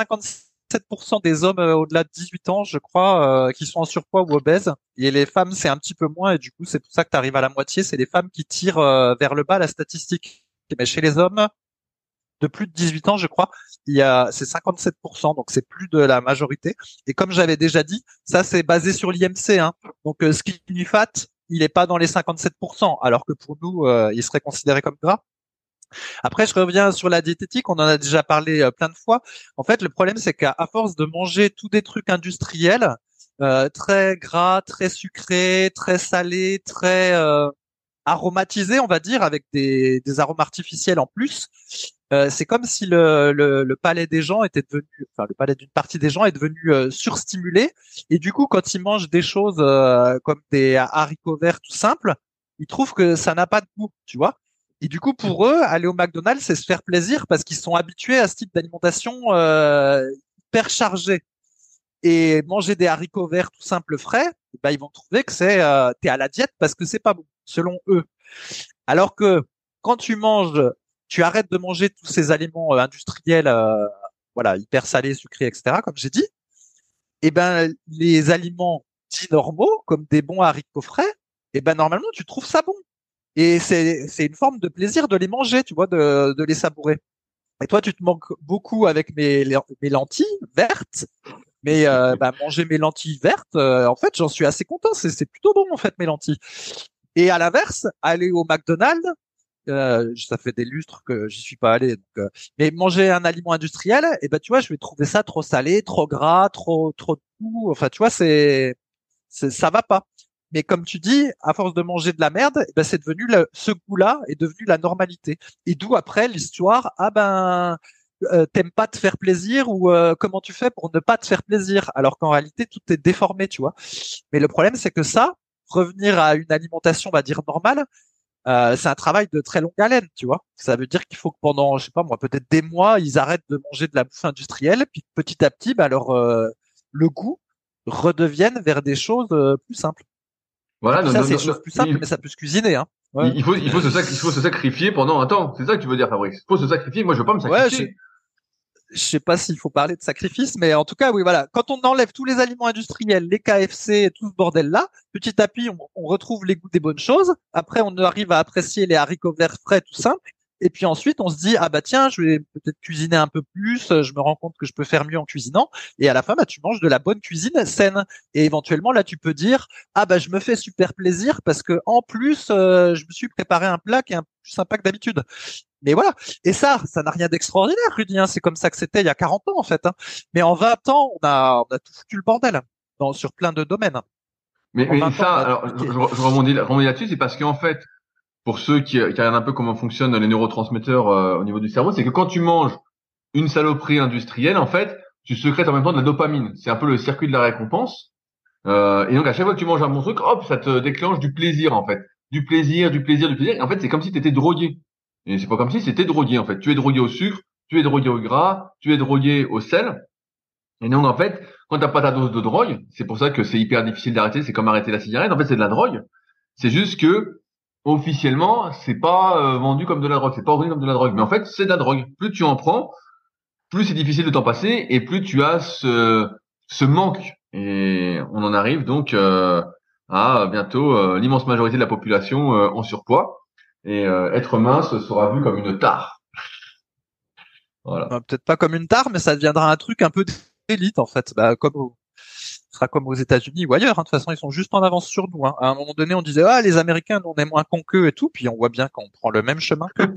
B: 57% des hommes au-delà de 18 ans, je crois, qui sont en surpoids ou obèses. Et les femmes, c'est un petit peu moins, et du coup, c'est pour ça que tu arrives à la moitié. C'est les femmes qui tirent vers le bas la statistique. Mais chez les hommes de plus de 18 ans, je crois, c'est 57%, donc c'est plus de la majorité. Et comme j'avais déjà dit, ça c'est basé sur l'IMC, hein. Donc skinny fat, il est pas dans les 57%, alors que pour nous, il serait considéré comme gras. Après, je reviens sur la diététique. On en a déjà parlé plein de fois. En fait, le problème, c'est qu'à force de manger tous des trucs industriels, très gras, très sucrés, très salés, très aromatisés, on va dire, avec des arômes artificiels en plus, c'est comme si le palais des gens était devenu, enfin, le palais d'une partie des gens est devenu surstimulé. Et du coup, quand ils mangent des choses comme des haricots verts tout simples, ils trouvent que ça n'a pas de goût, tu vois. Et du coup, pour eux, aller au McDonald's, c'est se faire plaisir parce qu'ils sont habitués à ce type d'alimentation hyper chargée. Et manger des haricots verts tout simples frais, bah, ils vont trouver que t'es à la diète parce que c'est pas bon, selon eux. Alors que quand tu arrêtes de manger tous ces aliments industriels, voilà, hyper salés, sucrés, etc., comme j'ai dit, et ben les aliments dits normaux, comme des bons haricots frais, et ben normalement tu trouves ça bon. Et c'est une forme de plaisir de les manger, tu vois, de les savourer. Et toi, tu te manques beaucoup avec mes lentilles vertes. Mais manger mes lentilles vertes, en fait, j'en suis assez content. C'est plutôt bon en fait mes lentilles. Et à l'inverse, aller au McDonald's, ça fait des lustres que j'y suis pas allé. Mais manger un aliment industriel, et ben tu vois, je vais trouver ça trop salé, trop gras, trop de goût. Enfin, tu vois, ça va pas. Mais comme tu dis, à force de manger de la merde, eh ben c'est devenu ce goût-là est devenu la normalité. Et d'où après l'histoire, ah ben t'aimes pas te faire plaisir ou comment tu fais pour ne pas te faire plaisir alors qu'en réalité tout est déformé, tu vois. Mais le problème c'est que ça, revenir à une alimentation, on va dire normale, c'est un travail de très longue haleine, tu vois. Ça veut dire qu'il faut que pendant, je sais pas moi, peut-être des mois, ils arrêtent de manger de la bouffe industrielle, puis petit à petit, bah, le goût redevienne vers des choses plus simples. Et
A: Voilà,
B: puis
A: non,
B: ça,
A: non,
B: c'est des
A: non,
B: choses plus simples, mais ça peut se cuisiner, hein. Ouais.
A: il faut se sacrifier pendant un temps. C'est ça que tu veux dire, Fabrice. Il faut se sacrifier. Moi, je veux pas me
B: Ouais,
A: sacrifier.
B: je sais pas s'il faut parler de sacrifice, mais en tout cas, oui, voilà. Quand on enlève tous les aliments industriels, les KFC et tout ce bordel-là, petit à petit, on retrouve les goûts des bonnes choses. Après, on arrive à apprécier les haricots verts frais, tout simple. Et puis ensuite, on se dit, ah bah tiens, je vais peut-être cuisiner un peu plus. Je me rends compte que je peux faire mieux en cuisinant. Et à la fin, bah, tu manges de la bonne cuisine saine. Et éventuellement, là, tu peux dire, ah bah je me fais super plaisir parce que en plus, je me suis préparé un plat qui est un peu plus sympa que d'habitude. Mais voilà. Et ça n'a rien d'extraordinaire, Rudy, hein. C'est comme ça que c'était il y a 40 ans, en fait, hein. Mais en 20 ans, on a tout foutu le bordel sur plein de domaines. En
A: Mais
B: 20 ans,
A: ça,
B: on a tout
A: alors,
B: niqué.
A: je rebondis là-dessus, c'est parce qu'en fait, pour ceux qui regardent un peu comment fonctionnent les neurotransmetteurs au niveau du cerveau, c'est que quand tu manges une saloperie industrielle, en fait, tu sécrètes en même temps de la dopamine. C'est un peu le circuit de la récompense. Et donc à chaque fois que tu manges un bon truc, hop, ça te déclenche du plaisir en fait, du plaisir, du plaisir, du plaisir. Et en fait, c'est comme si tu étais drogué. Et c'est pas comme si c'était drogué en fait. Tu es drogué au sucre, tu es drogué au gras, tu es drogué au sel. Et donc en fait, quand t'as pas ta dose de drogue, c'est pour ça que c'est hyper difficile d'arrêter. C'est comme arrêter la cigarette. En fait, c'est de la drogue. C'est juste que officiellement, c'est pas vendu comme de la drogue, c'est pas reconnu comme de la drogue. Mais en fait, c'est de la drogue. Plus tu en prends, plus c'est difficile de t'en passer et plus tu as ce manque. Et on en arrive donc à bientôt l'immense majorité de la population en surpoids. Et être mince sera vu comme une tare. Voilà.
B: Peut-être pas comme une tare, mais ça deviendra un truc un peu d'élite, en fait. Bah, ce sera comme aux États-Unis ou ailleurs, hein. De toute façon, ils sont juste en avance sur nous, hein. À un moment donné, on disait, ah, les Américains, nous, on est moins cons qu'eux et tout. Puis on voit bien qu'on prend le même chemin qu'eux.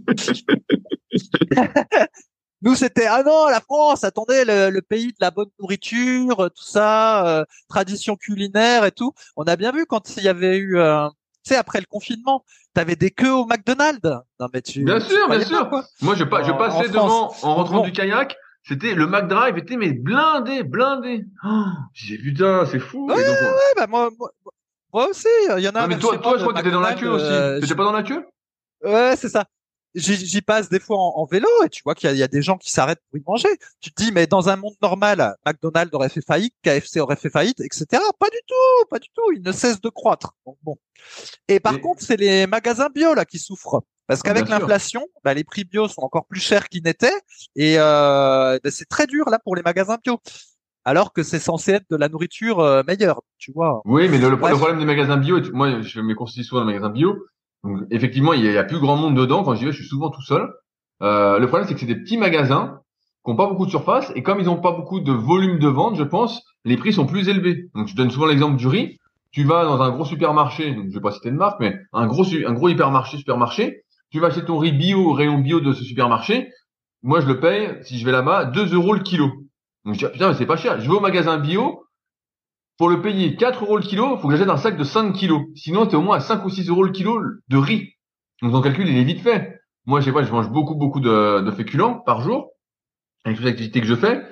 B: Nous, c'était, ah non, la France, attendez, le pays de la bonne nourriture, tout ça, tradition culinaire et tout. On a bien vu quand il y avait eu, tu sais, après le confinement, t'avais des queues au McDonald's. Non, mais
A: Bien
B: tu
A: sûr, bien
B: croyais pas,
A: sûr.
B: quoi.
A: Moi, je
B: En
A: passais
B: France.
A: devant en
B: Donc
A: rentrant
B: bon.
A: du kayak. C'était le McDrive était mais blindé, blindé. Oh, j'ai dit, putain, c'est
B: Ouais,
A: fou. Et donc,
B: ouais, bah, moi aussi, il y en a
A: ah
B: un
A: mais
B: vers chez moi
A: toi, je
B: de
A: crois que t'étais dans la
B: McDonald's.
A: queue aussi. T'étais pas dans la queue?
B: Ouais, c'est ça. J'y passe des fois en vélo et tu vois qu'il y a des gens qui s'arrêtent pour y manger. Tu te dis, mais dans un monde normal, McDonald's aurait fait faillite, KFC aurait fait faillite, etc. Pas du tout, pas du tout. Ils ne cessent de croître. Donc bon. Et par
A: Et
B: contre, c'est les magasins bio là qui souffrent. Parce
A: ah, bien
B: qu'avec
A: sûr.
B: l'inflation, bah, les prix bio sont encore plus chers qu'ils n'étaient et bah, c'est très dur là pour les magasins bio. Alors que c'est censé être de la nourriture meilleure, tu vois.
A: Oui, mais le
B: Bref.
A: problème des magasins bio, moi, je me constitue souvent dans les magasins bio. Donc, effectivement, il y a plus grand monde dedans. Quand j'y vais, je suis souvent tout seul. Le problème, c'est que c'est des petits magasins qui n'ont pas beaucoup de surface. Et comme ils n'ont pas beaucoup de volume de vente, je pense, les prix sont plus élevés. Donc, je donne souvent l'exemple du riz. Tu vas dans un gros supermarché, donc je vais pas citer de marque, mais un gros supermarché. Tu vas acheter ton riz bio au rayon bio de ce supermarché. Moi, je le paye, si je vais là-bas, 2 euros le kilo. Donc, je dis, ah, putain, mais c'est pas cher. Je vais au magasin bio. Pour le payer 4 euros le kilo, il faut que j'achète un sac de 5 kilos. Sinon, t'es au moins à 5 ou 6 euros le kilo de riz. Donc, ton calcul, il est vite fait. Moi, je sais pas, je mange beaucoup de féculents par jour. Avec toutes les activités que je fais.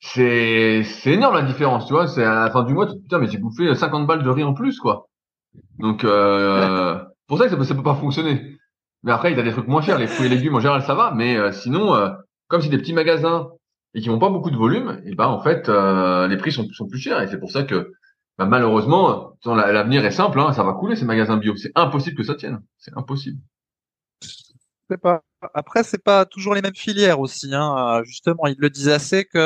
A: C'est énorme la différence, tu vois. C'est à la fin du mois, putain, mais j'ai bouffé 50 balles de riz en plus, quoi. Donc, pour ça que ça peut pas fonctionner. Mais après, il y a des trucs moins chers. Les fruits et légumes, en général, ça va. Mais sinon, comme c'est des petits magasins et qui n'ont pas beaucoup de volume, et ben en fait, les prix sont plus chers. Et c'est pour ça que bah, malheureusement, l'avenir est simple. Hein, ça va couler ces magasins bio. C'est impossible que ça tienne. C'est impossible.
B: C'est pas. Après, c'est pas toujours les mêmes filières aussi, hein. Justement, il le disait assez que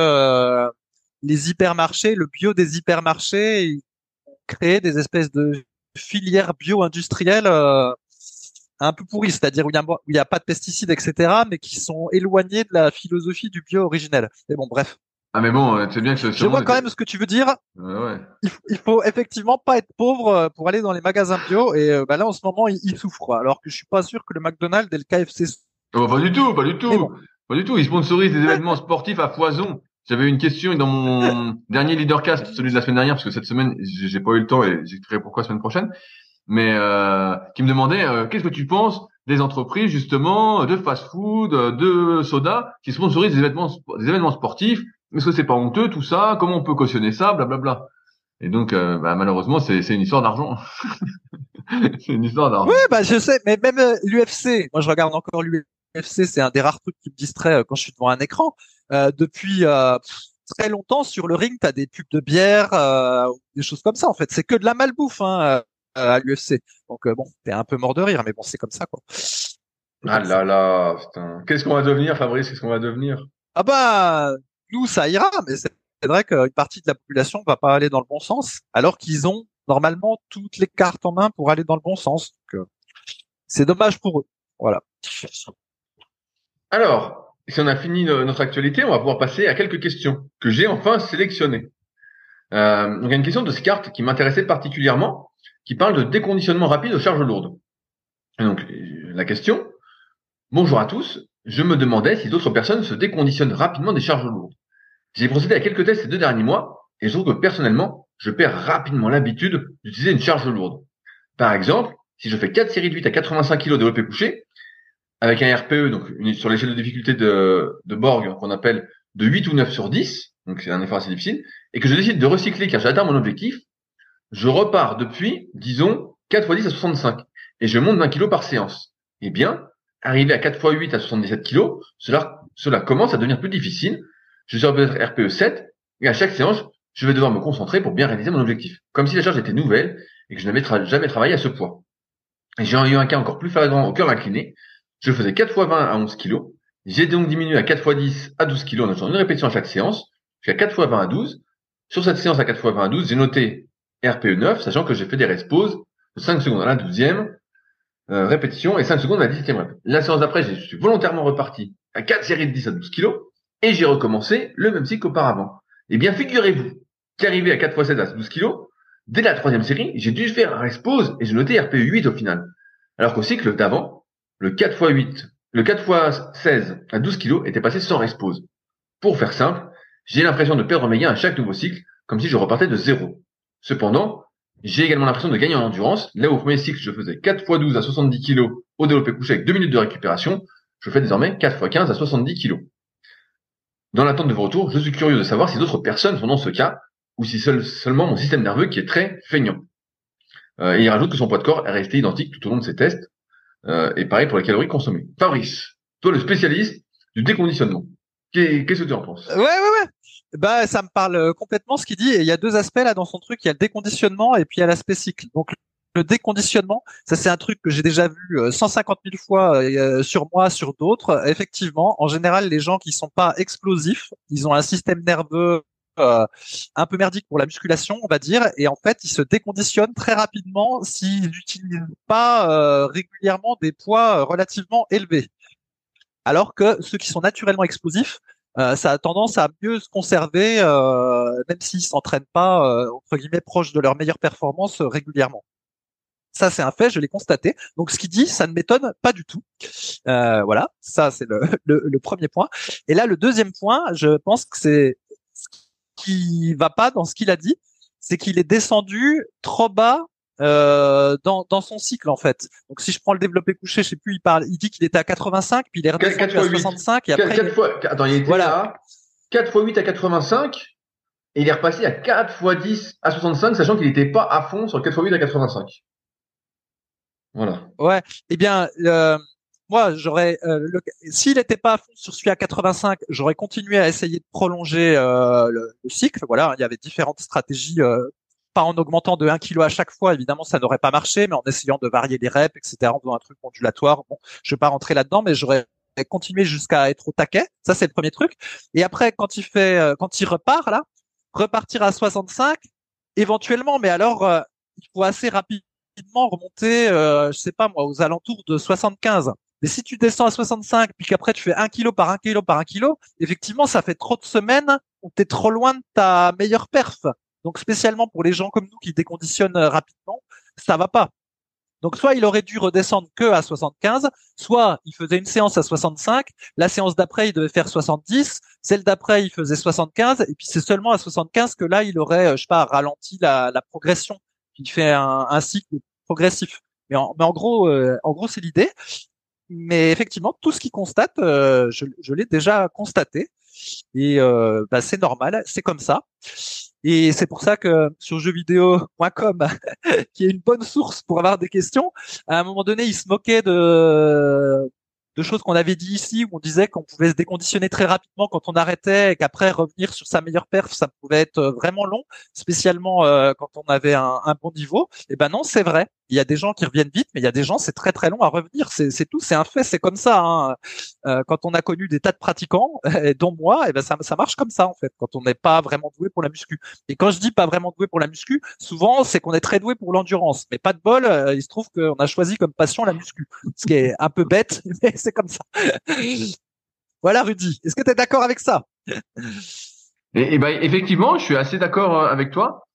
B: les hypermarchés, le bio des hypermarchés, ils créent des espèces de filières bio-industrielles un peu pourris, c'est-à-dire où il y a pas de pesticides, etc., mais qui sont éloignés de la philosophie du bio originel. Mais bon, bref.
A: Ah mais bon, tu sais bien que
B: Je vois quand même ce que tu veux dire.
A: Ouais.
B: Il faut effectivement pas être pauvre pour aller dans les magasins bio. Et là, en ce moment, ils souffrent. Alors que je suis pas sûr que le McDonald's et le KFC.
A: Oh, pas du tout, pas du
B: Mais
A: tout,
B: bon.
A: pas du tout. Ils sponsorisent des événements sportifs à foison. J'avais une question dans mon dernier leadercast, celui de la semaine dernière, parce que cette semaine j'ai pas eu le temps et j'expliquerai pourquoi la semaine prochaine. Mais qui me demandait qu'est-ce que tu penses des entreprises justement de fast-food, de soda qui sponsorisent des événements sportifs. Est-ce que c'est pas honteux tout ça? Comment on peut cautionner ça? Blablabla. Et donc malheureusement c'est une histoire d'argent. C'est une histoire
B: Oui,
A: d'argent.
B: bah je sais. Mais même l'UFC. Moi, je regarde encore l'UFC. C'est un des rares trucs qui me distrait quand je suis devant un écran. Depuis très longtemps sur le ring, t'as des pubs de bière, des choses comme ça. En fait, c'est que de la malbouffe à l'UFC. Donc bon, t'es un peu mort de rire, mais bon, c'est comme ça quoi. C'est
A: Ah
B: comme ça.
A: là là, putain. Qu'est-ce qu'on va devenir, Fabrice? Qu'est-ce qu'on va devenir?
B: Ah bah nous ça ira, mais c'est vrai qu'une partie de la population va pas aller dans le bon sens, alors qu'ils ont normalement toutes les cartes en main pour aller dans le bon sens. Donc, c'est dommage pour eux. Voilà.
A: Alors, si on a fini notre actualité, on va pouvoir passer à quelques questions que j'ai enfin sélectionnées. Donc il y a une question de Scart qui m'intéressait particulièrement, qui parle de déconditionnement rapide aux charges lourdes. Et donc la question: bonjour à tous, je me demandais si d'autres personnes se déconditionnent rapidement des charges lourdes. J'ai procédé à quelques tests ces 2 derniers mois et je trouve que personnellement, je perds rapidement l'habitude d'utiliser une charge lourde. Par exemple, si je fais 4 séries de 8 à 85 kg développé couché, avec un RPE, donc sur l'échelle de difficulté de Borg, qu'on appelle de 8 ou 9 sur 10, donc c'est un effort assez difficile, et que je décide de recycler car j'ai atteint mon objectif, je repars depuis, disons, 4 x 10 à 65, et je monte d'1 kg par séance. Eh bien, arrivé à 4 x 8 à 77 kg, cela commence à devenir plus difficile. Je serai peut-être RPE 7, et à chaque séance, je vais devoir me concentrer pour bien réaliser mon objectif. Comme si la charge était nouvelle, et que je n'avais jamais travaillé à ce poids. Et j'ai eu un cas encore plus flagrant au cœur incliné. Je faisais 4 x 20 à 11 kg. J'ai donc diminué à 4 x 10 à 12 kg en faisant une répétition à chaque séance. Jusqu'à 4 x 20 à 12. Sur cette séance à 4 x 20 à 12, j'ai noté RPE 9, sachant que j'ai fait des restes-pauses de 5 secondes à la 12e répétition et 5 secondes à la 17e répétition. La séance d'après, je suis volontairement reparti à 4 séries de 10 à 12 kg et j'ai recommencé le même cycle qu'auparavant. Eh bien, figurez-vous qu'arrivé à 4 x 7 à 12 kg, dès la 3e série, j'ai dû faire un rest-pause et j'ai noté RPE 8 au final. Alors qu'au cycle d'avant, le 4 x 8, le 4 x 16 à 12 kg était passé sans rest-pause. Pour faire simple, j'ai l'impression de perdre mes gains à chaque nouveau cycle, comme si je repartais de zéro. Cependant, j'ai également l'impression de gagner en endurance. Là où au premier cycle, je faisais 4 x 12 à 70 kg au développé couché avec 2 minutes de récupération, je fais désormais 4 x 15 à 70 kg. Dans l'attente de vos retours, je suis curieux de savoir si d'autres personnes sont dans ce cas, ou si seulement mon système nerveux qui est très feignant. Et il rajoute que son poids de corps est resté identique tout au long de ses tests, et pareil pour les calories consommées. Fabrice, toi le spécialiste du déconditionnement, qu'est-ce que tu en penses?
B: Ouais. Bah, ça me parle complètement ce qu'il dit. Et il y a deux aspects là dans son truc. Il y a le déconditionnement et puis il y a l'aspect cycle. Donc, le déconditionnement, ça c'est un truc que j'ai déjà vu 150 000 fois sur moi, sur d'autres. Effectivement, en général, les gens qui sont pas explosifs, ils ont un système nerveux euh, un peu merdique pour la musculation, on va dire, et en fait, ils se déconditionnent très rapidement s'ils n'utilisent pas régulièrement des poids relativement élevés. Alors que ceux qui sont naturellement explosifs, ça a tendance à mieux se conserver, même s'ils s'entraînent pas entre guillemets proches de leur meilleure performance régulièrement. Ça, c'est un fait, je l'ai constaté. Donc, ce qu'il dit, ça ne m'étonne pas du tout. Voilà, ça, c'est le premier point. Et là, le deuxième point, je pense que c'est ce qui va pas dans ce qu'il a dit, c'est qu'il est descendu trop bas dans son cycle, en fait. Donc, si je prends le développé couché, je sais plus, il dit qu'il était à 85, puis il est
A: 4
B: redescendu à 65, et après...
A: 4 fois, attends, il était
B: Voilà.
A: à 4 x 8 à 85, et il est repassé à 4 x 10 à 65, sachant qu'il n'était pas à fond sur le 4 x 8 à 85. Voilà.
B: Ouais. Eh bien, moi, s'il n'était pas à fond sur celui à 85, j'aurais continué à essayer de prolonger le cycle. Voilà, il y avait différentes stratégies, pas en augmentant de 1 kg à chaque fois, évidemment, ça n'aurait pas marché, mais en essayant de varier les reps, etc., en faisant un truc ondulatoire. Bon, je vais pas rentrer là-dedans, mais j'aurais continué jusqu'à être au taquet. Ça, c'est le premier truc. Et après, quand il repart là, repartir à 65, éventuellement, mais alors, il faut assez rapidement rapidement remonter, je sais pas moi, aux alentours de 75. Mais si tu descends à 65, puis qu'après tu fais 1 kilo par 1 kilo par 1 kilo, effectivement, ça fait trop de semaines où tu es trop loin de ta meilleure perf. Donc spécialement pour les gens comme nous qui déconditionnent rapidement, ça va pas. Donc soit il aurait dû redescendre que à 75, soit il faisait une séance à 65, la séance d'après il devait faire 70, celle d'après il faisait 75, et puis c'est seulement à 75 que là il aurait, je sais pas, ralenti la progression. Il fait un cycle progressif. Mais en gros c'est l'idée. Mais effectivement, tout ce qu'il constate, je l'ai déjà constaté. Et bah, c'est normal, c'est comme ça. Et c'est pour ça que sur jeuxvideo.com, qui est une bonne source pour avoir des questions, à un moment donné, il se moquait de choses qu'on avait dit ici, où on disait qu'on pouvait se déconditionner très rapidement quand on arrêtait et qu'après revenir sur sa meilleure perf, ça pouvait être vraiment long, spécialement quand on avait un bon niveau. Et ben non, c'est vrai. Il y a des gens qui reviennent vite, mais il y a des gens, c'est très très long à revenir. C'est tout, c'est un fait, c'est comme ça. Hein. Quand on a connu des tas de pratiquants, dont moi, et ben ça marche comme ça en fait. Quand on n'est pas vraiment doué pour la muscu. Et quand je dis pas vraiment doué pour la muscu, souvent c'est qu'on est très doué pour l'endurance. Mais pas de bol, il se trouve qu'on a choisi comme passion la muscu, ce qui est un peu bête, mais c'est comme ça. Voilà Rudy, est-ce que tu es d'accord avec ça?
A: Et ben effectivement, je suis assez d'accord avec toi.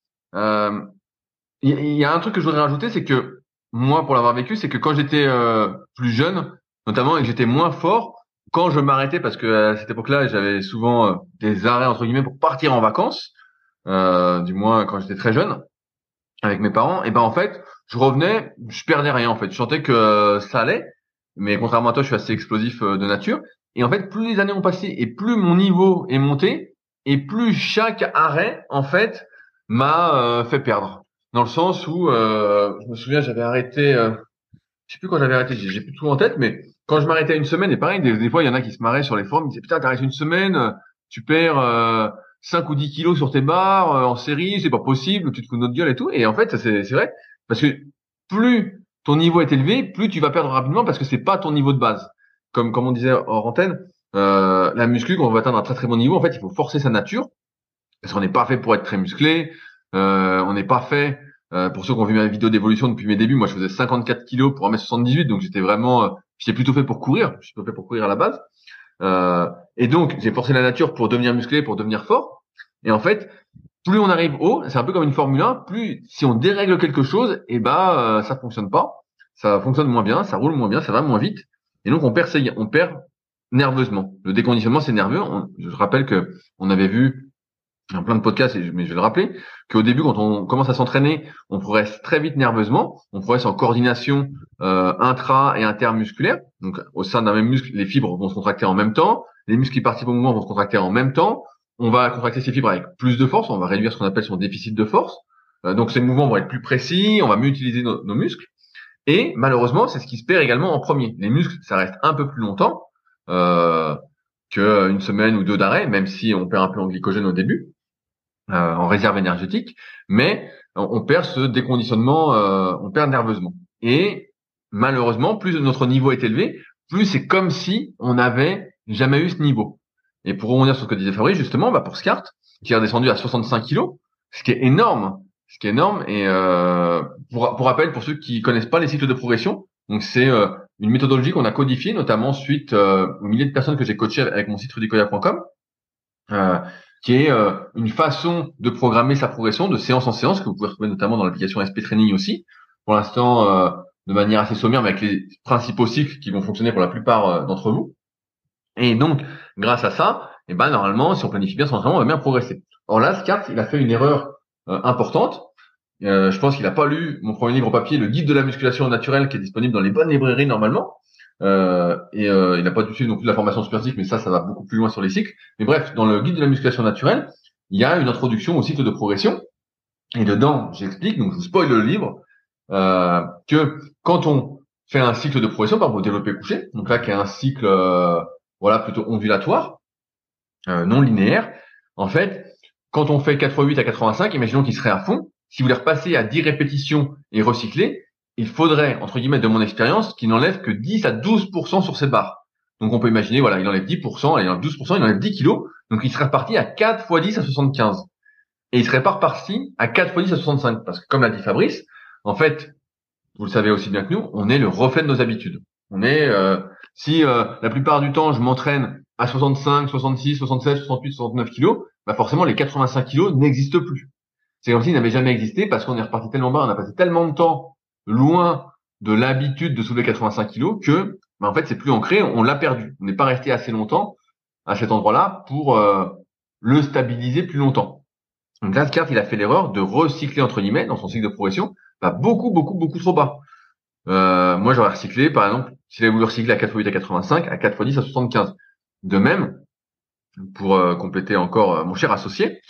A: Il y a un truc que je voudrais rajouter, c'est que moi, pour l'avoir vécu, c'est que quand j'étais plus jeune, notamment, et que j'étais moins fort, quand je m'arrêtais, parce que à cette époque-là, j'avais souvent des arrêts entre guillemets pour partir en vacances, du moins quand j'étais très jeune, avec mes parents, et ben en fait, je revenais, je perdais rien en fait. Je sentais que ça allait, mais contrairement à toi, je suis assez explosif de nature. Et en fait, plus les années ont passé et plus mon niveau est monté, et plus chaque arrêt en fait m'a fait perdre. Dans le sens où je me souviens, j'avais arrêté, je sais plus quand j'avais arrêté, j'ai plus tout en tête, mais quand je m'arrêtais une semaine, et pareil, des fois il y en a qui se marraient sur les forums, ils disaient putain, t'arrêtes une semaine, tu perds 5 ou 10 kilos sur tes barres en série, c'est pas possible, tu te fous de notre gueule et tout. Et en fait, ça, c'est vrai, parce que plus ton niveau est élevé, plus tu vas perdre rapidement parce que c'est pas ton niveau de base. Comme on disait hors antenne, la muscu, quand on veut atteindre un très très bon niveau, en fait, il faut forcer sa nature parce qu'on n'est pas fait pour être très musclé, on n'est pas fait. Pour ceux qui ont vu ma vidéo d'évolution depuis mes débuts, moi je faisais 54 kilos pour 1m78, donc j'étais vraiment, j'étais plutôt fait pour courir, je suis plutôt fait pour courir à la base. Et donc, j'ai forcé la nature pour devenir musclé, pour devenir fort. Et en fait, plus on arrive haut, c'est un peu comme une Formule 1, plus si on dérègle quelque chose, et bah ça fonctionne pas, ça fonctionne moins bien, ça roule moins bien, ça va moins vite. Et donc on perd nerveusement. Le déconditionnement c'est nerveux. Je rappelle que on avait vu dans plein de podcasts, mais je vais le rappeler, qu'au début, quand on commence à s'entraîner, on progresse très vite nerveusement, on progresse en coordination intra et intermusculaire. Donc, au sein d'un même muscle, les fibres vont se contracter en même temps, les muscles qui participent au mouvement vont se contracter en même temps. On va contracter ces fibres avec plus de force, on va réduire ce qu'on appelle son déficit de force. Donc, ces mouvements vont être plus précis, on va mieux utiliser nos muscles. Et malheureusement, c'est ce qui se perd également en premier. Les muscles, ça reste un peu plus longtemps qu'une semaine ou deux d'arrêt, même si on perd un peu en glycogène au début. En réserve énergétique, mais on perd ce déconditionnement, on perd nerveusement. Et malheureusement, plus notre niveau est élevé, plus c'est comme si on n'avait jamais eu ce niveau. Et pour rebondir sur ce que disait Fabrice, justement, bah pour Scart, qui est redescendu à 65 kilos, ce qui est énorme, et pour rappel, pour ceux qui connaissent pas les cycles de progression, donc c'est une méthodologie qu'on a codifiée, notamment suite aux milliers de personnes que j'ai coachées avec mon site rudicoya.com, qui est une façon de programmer sa progression de séance en séance, que vous pouvez retrouver notamment dans l'application SP Training aussi, pour l'instant de manière assez sommaire, mais avec les principaux cycles qui vont fonctionner pour la plupart d'entre vous. Et donc, grâce à ça, et ben normalement, si on planifie bien son entraînement, on va bien progresser. Or là, Scart, il a fait une erreur importante. Je pense qu'il n'a pas lu mon premier livre papier, le guide de la musculation naturelle, qui est disponible dans les bonnes librairies normalement. Il n'a pas du tout non plus de la formation super cycle, mais ça va beaucoup plus loin sur les cycles. Mais bref, dans le guide de la musculation naturelle, il y a une introduction au cycle de progression. Et dedans, j'explique, donc je vous spoil le livre, que quand on fait un cycle de progression, par exemple au développé couché, donc là qui est un cycle plutôt ondulatoire, non linéaire, en fait, quand on fait 88 à 85, imaginons qu'il serait à fond, si vous voulez repasser à 10 répétitions et recycler, il faudrait, entre guillemets, de mon expérience, qu'il n'enlève que 10 à 12% sur ses barres. Donc on peut imaginer, voilà, il enlève 10%, il enlève 12%, il enlève 10 kilos, donc il serait reparti à 4 fois 10 à 75. Et il serait pas reparti à 4 fois 10 à 65, parce que comme l'a dit Fabrice, en fait, vous le savez aussi bien que nous, on est le reflet de nos habitudes. On est, si la plupart du temps je m'entraîne à 65, 66, 67, 68, 69 kilos, bah forcément les 85 kilos n'existent plus. C'est comme s'ils n'avaient jamais existé parce qu'on est reparti tellement bas, on a passé tellement de temps loin de l'habitude de soulever 85 kilos que, bah en fait, c'est plus ancré, on l'a perdu. On n'est pas resté assez longtemps à cet endroit-là pour le stabiliser plus longtemps. Donc là, Scart, il a fait l'erreur de recycler entre guillemets dans son cycle de progression, bah beaucoup trop bas. Moi, j'aurais recyclé, par exemple, s'il avait voulu recycler à 4x8 à 85, à 4x10 à 75. De même, pour compléter encore mon cher associé,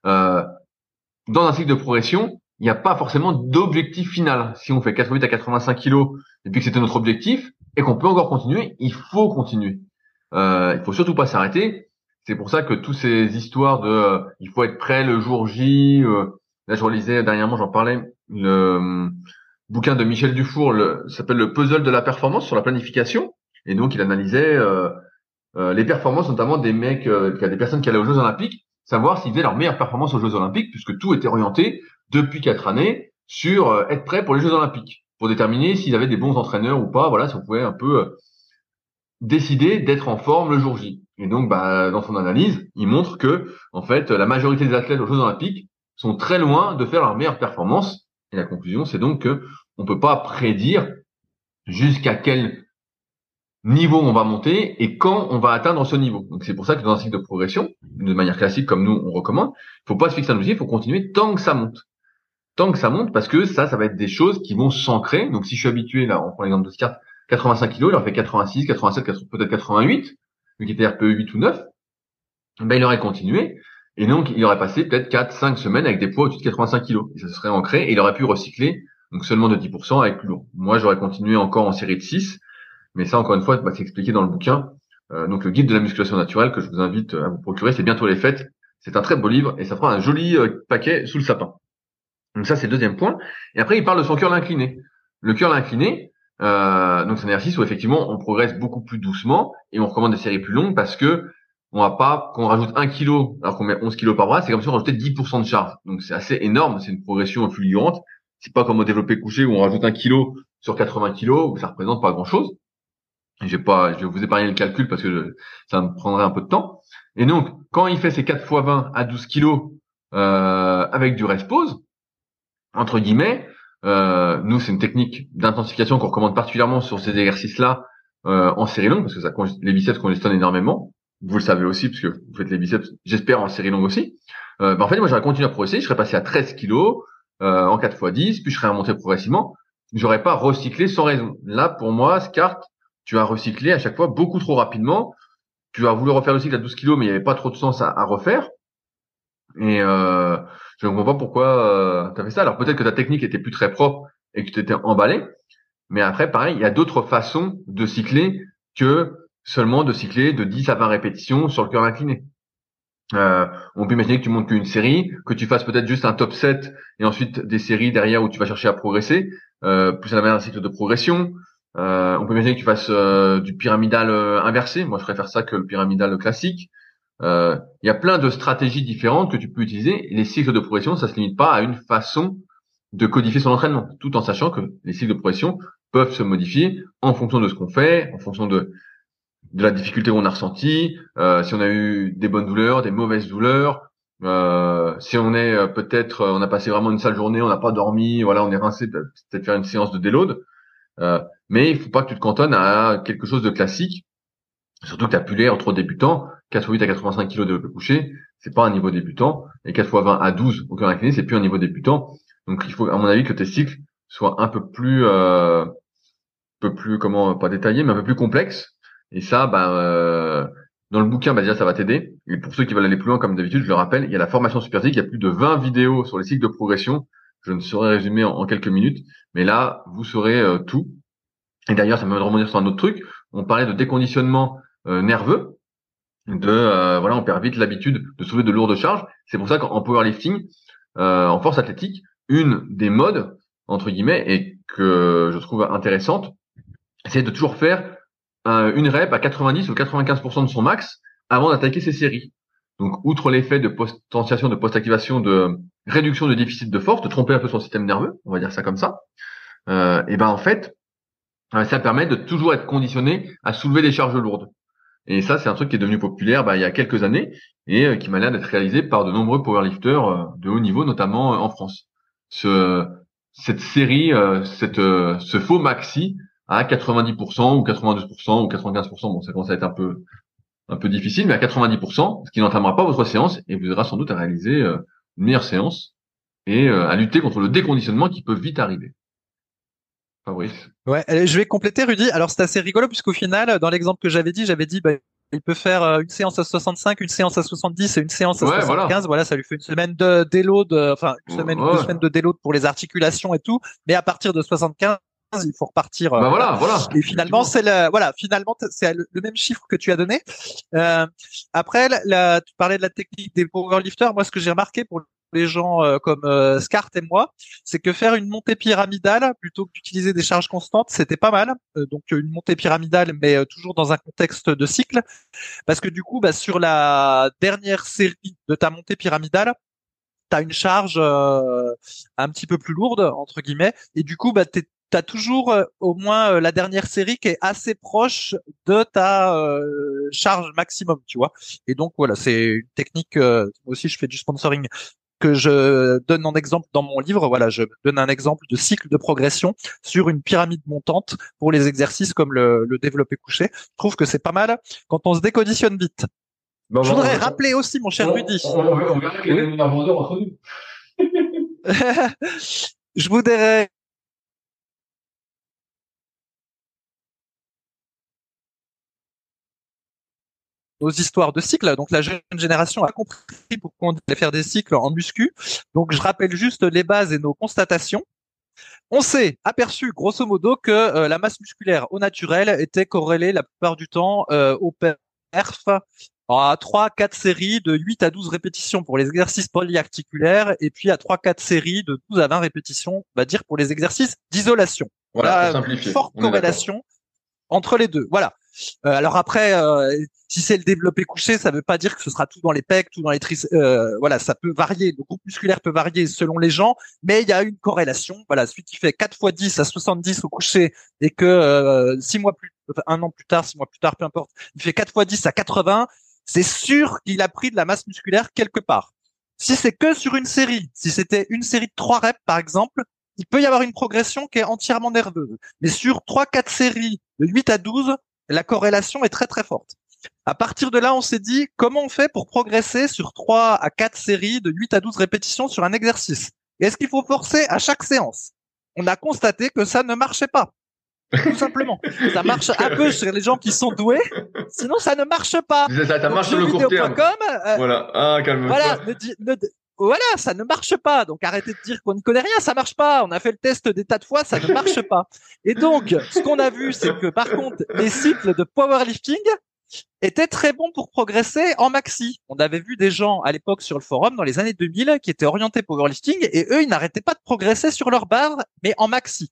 A: dans un cycle de progression, il n'y a pas forcément d'objectif final. Si on fait 4x8 à 85 kilos et puis que c'était notre objectif et qu'on peut encore continuer, il faut continuer. Il faut surtout pas s'arrêter. C'est pour ça que toutes ces histoires de il faut être prêt le jour J. Là, je relisais dernièrement, j'en parlais, le bouquin de Michel Dufour, ça s'appelle Le puzzle de la performance sur la planification. Et donc, il analysait les performances, notamment des mecs, des personnes qui allaient aux Jeux Olympiques, savoir s'ils faisaient leur meilleure performance aux Jeux Olympiques, puisque tout était orienté depuis 4 années sur être prêt pour les Jeux Olympiques, pour déterminer s'ils avaient des bons entraîneurs ou pas. Voilà, si on pouvait un peu décider d'être en forme le jour J. Et donc, bah, dans son analyse, il montre que, en fait, la majorité des athlètes aux Jeux Olympiques sont très loin de faire leur meilleure performance. Et la conclusion, c'est donc que on peut pas prédire jusqu'à quel niveau on va monter et quand on va atteindre ce niveau. Donc c'est pour ça que dans un cycle de progression, de manière classique comme nous on recommande, il faut pas se fixer un objectif, il faut continuer tant que ça monte. Tant que ça monte, parce que ça va être des choses qui vont s'ancrer. Donc si je suis habitué, là on prend l'exemple de Scart, 85 kilos, il aurait fait 86, 87, peut-être 88, vu qu'il était RPE 8 ou 9, ben il aurait continué. Et donc il aurait passé peut-être 4, 5 semaines avec des poids au-dessus de 85 kilos. Et ça se serait ancré et il aurait pu recycler, donc seulement de 10% avec plus lourd. Moi j'aurais continué encore en série de 6. Mais ça, encore une fois, c'est expliqué dans le bouquin. Donc, le guide de la musculation naturelle que je vous invite à vous procurer, c'est bientôt les fêtes. C'est un très beau livre et ça prend un joli paquet sous le sapin. Donc ça, c'est le deuxième point. Et après, il parle de son curl incliné. Le curl incliné, donc c'est un exercice où effectivement, on progresse beaucoup plus doucement et on recommande des séries plus longues parce que on va pas, quand on rajoute 1 kilo alors qu'on met 11 kilos par bras, c'est comme si on rajoutait 10% de charge. Donc c'est assez énorme, c'est une progression fulgurante. C'est pas comme au développé couché où on rajoute 1 kilo sur 80 kilos où ça représente pas grand chose. Je vais vous épargner le calcul parce que ça me prendrait un peu de temps. Et donc, quand il fait ses 4 fois 20 à 12 kilos avec du rest pause, entre guillemets, nous c'est une technique d'intensification qu'on recommande particulièrement sur ces exercices-là en série longue parce que les biceps congestionnent énormément. Vous le savez aussi parce que vous faites les biceps, j'espère en série longue aussi. En fait, moi j'aurais continué à progresser, je serais passé à 13 kilos en 4 fois 10, puis je serais remonté progressivement. J'aurais pas recyclé sans raison. Là, pour moi, Scart, tu as recyclé à chaque fois beaucoup trop rapidement. Tu as voulu refaire le cycle à 12 kilos, mais il n'y avait pas trop de sens à refaire. Et je ne comprends pas pourquoi tu as fait ça. Alors peut-être que ta technique était plus très propre et que tu t'étais emballé. Mais après, pareil, il y a d'autres façons de cycler que seulement de cycler de 10 à 20 répétitions sur le curl incliné. On peut imaginer que tu montes qu'une série, que tu fasses peut-être juste un top 7 et ensuite des séries derrière où tu vas chercher à progresser, plus à la manière d'un cycle de progression. On peut imaginer que tu fasses du pyramidal inversé. Moi, je préfère ça que le pyramidal classique. Il y a plein de stratégies différentes que tu peux utiliser. Les cycles de progression, ça se limite pas à une façon de codifier son entraînement, tout en sachant que les cycles de progression peuvent se modifier en fonction de ce qu'on fait, en fonction de la difficulté qu'on a ressentie, si on a eu des bonnes douleurs, des mauvaises douleurs, si on est peut-être, on a passé vraiment une sale journée, on n'a pas dormi, voilà, on est rincé, peut-être faire une séance de déload. Mais il faut pas que tu te cantonnes à quelque chose de classique, surtout que tu as pu l'air trop débutant. 4x8 à 85 kg de coucher, c'est pas un niveau débutant, et 4x20 à 12 au cœur incliné, c'est plus un niveau débutant. Donc il faut, à mon avis, que tes cycles soient un peu plus, comment, pas détaillés, mais un peu plus complexes. Et ça, dans le bouquin, déjà, ça va t'aider. Et pour ceux qui veulent aller plus loin, comme d'habitude, je le rappelle, il y a la formation Superphysique, il y a plus de 20 vidéos sur les cycles de progression. Je ne saurais résumer en quelques minutes, mais là, vous saurez tout. Et d'ailleurs, ça me permet de rebondir sur un autre truc. On parlait de déconditionnement nerveux. On perd vite l'habitude de soulever de lourdes charges. C'est pour ça qu'en powerlifting, en force athlétique, une des modes, entre guillemets, et que je trouve intéressante, c'est de toujours faire une rep à 90 ou 95% de son max avant d'attaquer ses séries. Donc, outre l'effet de potentiation, de post-activation, de réduction de déficit de force, de tromper un peu son système nerveux, on va dire ça comme ça, et ben en fait, ça permet de toujours être conditionné à soulever des charges lourdes. Et ça, c'est un truc qui est devenu populaire il y a quelques années et qui m'a l'air d'être réalisé par de nombreux powerlifters de haut niveau, notamment en France. Cette série, ce faux maxi à 90% ou 92% ou 95%, bon, ça commence à être un peu difficile, mais à 90%, ce qui n'entamera pas votre séance et vous aidera sans doute à réaliser une meilleure séance et à lutter contre le déconditionnement qui peut vite arriver. Fabrice.
B: Ouais, je vais compléter, Rudy. Alors, c'est assez rigolo puisqu'au final, dans l'exemple que j'avais dit, bah, il peut faire une séance à 65, une séance à 70 et une séance à
A: Ouais, voilà.
B: 75. Voilà, ça lui fait une semaine de déload, enfin une semaine ou 2 semaines de déload pour les articulations et tout. Mais à partir de 75, il faut repartir.
A: Bah
B: Voilà.
A: voilà.
B: Et finalement, finalement, c'est le même chiffre que tu as donné. Après, tu parlais de la technique des powerlifters. Moi, ce que j'ai remarqué pour les gens comme Scart et moi, c'est que faire une montée pyramidale plutôt que d'utiliser des charges constantes, c'était pas mal. Donc une montée pyramidale, mais toujours dans un contexte de cycle, parce que du coup, bah, sur la dernière série de ta montée pyramidale, t'as une charge un petit peu plus lourde entre guillemets, et du coup, bah, t'as toujours au moins la dernière série qui est assez proche de ta charge maximum, tu vois. Et donc voilà, c'est une technique. Moi aussi, je fais du sponsoring que je donne en exemple dans mon livre. Voilà, je donne un exemple de cycle de progression sur une pyramide montante pour les exercices comme le développé couché. Je trouve que c'est pas mal quand on se déconditionne vite.
A: Bon,
B: Je voudrais rappeler aussi, mon cher Rudy.
A: On verra quel est le meilleur vendeur entre nous.
B: Je voudrais nos histoires de cycles. Donc la jeune génération a compris pourquoi on devait faire des cycles en muscu. Donc je rappelle juste les bases et nos constatations. On s'est aperçu grosso modo que la masse musculaire au naturel était corrélée la plupart du temps au perf à 3-4 séries de 8 à 12 répétitions pour les exercices polyarticulaires et puis à 3-4 séries de 12 à 20 répétitions, on va dire, pour les exercices d'isolation.
A: Voilà, pour
B: Une
A: simplifier.
B: forte corrélation entre les deux. Voilà. Alors après, si c'est le développé couché, ça veut pas dire que ce sera tout dans les pecs, tout dans les triceps. Voilà, ça peut varier. Le groupe musculaire peut varier selon les gens, mais il y a une corrélation. Voilà, celui qui fait 4 fois 10 à 70 au couché et que 1 an plus tard, 6 mois plus tard, peu importe, il fait 4 fois 10 à 80, c'est sûr qu'il a pris de la masse musculaire quelque part. Si c'est que sur une série, si c'était une série de 3 reps par exemple, il peut y avoir une progression qui est entièrement nerveuse. Mais sur 3-4 séries de 8 à 12, la corrélation est très très forte. À partir de là, on s'est dit comment on fait pour progresser sur 3 à 4 séries de 8 à 12 répétitions sur un exercice. Et est-ce qu'il faut forcer à chaque séance? On a constaté que ça ne marchait pas. Tout simplement. Ça marche un peu chez les gens qui sont doués, sinon ça ne marche pas.
A: Ça marche sur le court terme. Voilà. Ah, calme-toi.
B: Voilà, voilà, ça ne marche pas. Donc arrêtez de dire qu'on n'y connaît rien, ça marche pas. On a fait le test des tas de fois, ça ne marche pas. Et donc, ce qu'on a vu, c'est que par contre, les cycles de powerlifting étaient très bons pour progresser en maxi. On avait vu des gens à l'époque sur le forum dans les années 2000 qui étaient orientés powerlifting et eux, ils n'arrêtaient pas de progresser sur leur barre, mais en maxi.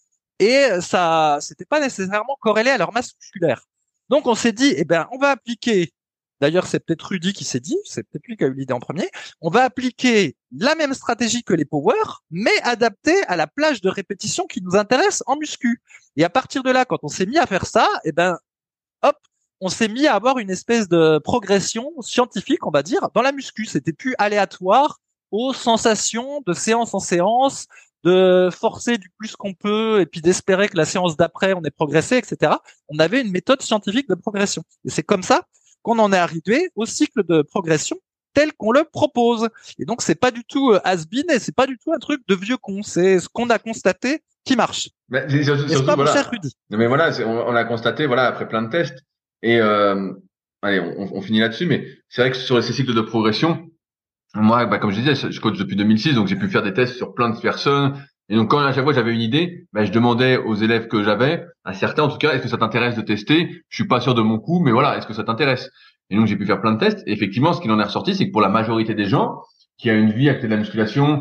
B: Et ça, c'était pas nécessairement corrélé à leur masse musculaire. Donc on s'est dit, eh ben, on va appliquer. D'ailleurs, c'est peut-être Rudy qui s'est dit, c'est peut-être lui qui a eu l'idée en premier. On va appliquer la même stratégie que les power, mais adaptée à la plage de répétition qui nous intéresse en muscu. Et à partir de là, quand on s'est mis à faire ça, eh ben, hop, on s'est mis à avoir une espèce de progression scientifique, on va dire, dans la muscu. C'était plus aléatoire aux sensations de séance en séance, de forcer du plus qu'on peut et puis d'espérer que la séance d'après on ait progressé, etc. On avait une méthode scientifique de progression. Et c'est comme ça qu'on en est arrivé au cycle de progression tel qu'on le propose. Et donc c'est pas du tout has-been et c'est pas du tout un truc de vieux con. C'est ce qu'on a constaté qui marche.
A: Mais c'est pas
B: mon cher Rudy.
A: Mais voilà, on l'a constaté, voilà, après plein de tests. Et allez, on finit là-dessus. Mais c'est vrai que sur ces cycles de progression, moi, comme je disais, je coach depuis 2006, donc j'ai pu faire des tests sur plein de personnes. Et donc, quand à chaque fois j'avais une idée, je demandais aux élèves que j'avais, à certains en tout cas, est-ce que ça t'intéresse de tester? Je suis pas sûr de mon coup, mais voilà, est-ce que ça t'intéresse? Et donc, j'ai pu faire plein de tests. Et effectivement, ce qu'il en est ressorti, c'est que pour la majorité des gens qui a une vie à côté de la musculation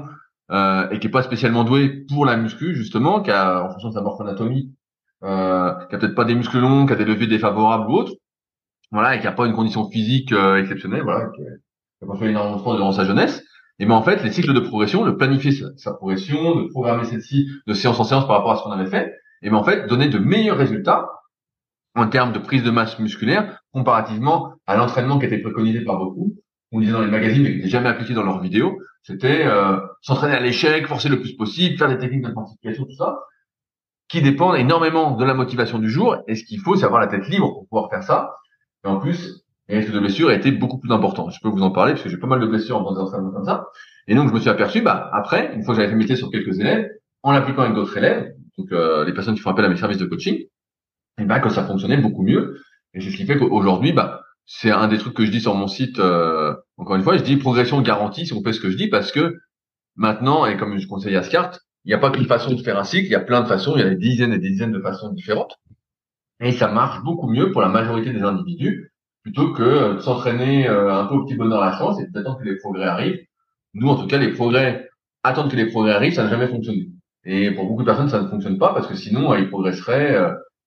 A: et qui est pas spécialement doué pour la muscu, justement, qui a, en fonction de sa morphoanatomie, qui a peut-être pas des muscles longs, qui a des levées défavorables ou autres, voilà, et qui a pas une condition physique exceptionnelle, voilà, qui a pas fait énormément de sport durant sa jeunesse, Et ben en fait, les cycles de progression, de planifier sa progression, de programmer celle-ci de séance en séance par rapport à ce qu'on avait fait, et ben en fait, donner de meilleurs résultats en termes de prise de masse musculaire comparativement à l'entraînement qui était préconisé par beaucoup. On disait dans les magazines mais qui n'était jamais appliqué dans leurs vidéos, c'était s'entraîner à l'échec, forcer le plus possible, faire des techniques d'intensification, tout ça, qui dépendent énormément de la motivation du jour. Et ce qu'il faut, c'est avoir la tête libre pour pouvoir faire ça. Et en plus, les risques de blessure étaient beaucoup plus importants. Je peux vous en parler parce que j'ai pas mal de blessures en faisant des entraînements comme ça. Et donc, je me suis aperçu, après, une fois que j'avais fait métier sur quelques élèves, en l'appliquant avec d'autres élèves, donc les personnes qui font appel à mes services de coaching, et que ça fonctionnait beaucoup mieux. Et c'est ce qui fait qu'aujourd'hui, c'est un des trucs que je dis sur mon site. Encore une fois, je dis progression garantie si on fait ce que je dis, parce que maintenant, et comme je conseille à Ascart, il n'y a pas qu'une façon de faire un cycle, il y a plein de façons, il y a des dizaines et des dizaines de façons différentes. Et ça marche beaucoup mieux pour la majorité des individus, plutôt que de s'entraîner un peu au petit bonheur à la chance et d'attendre que les progrès arrivent. Nous, en tout cas, attendre que les progrès arrivent, ça n'a jamais fonctionné. Et pour beaucoup de personnes, ça ne fonctionne pas, parce que sinon, ils progresseraient.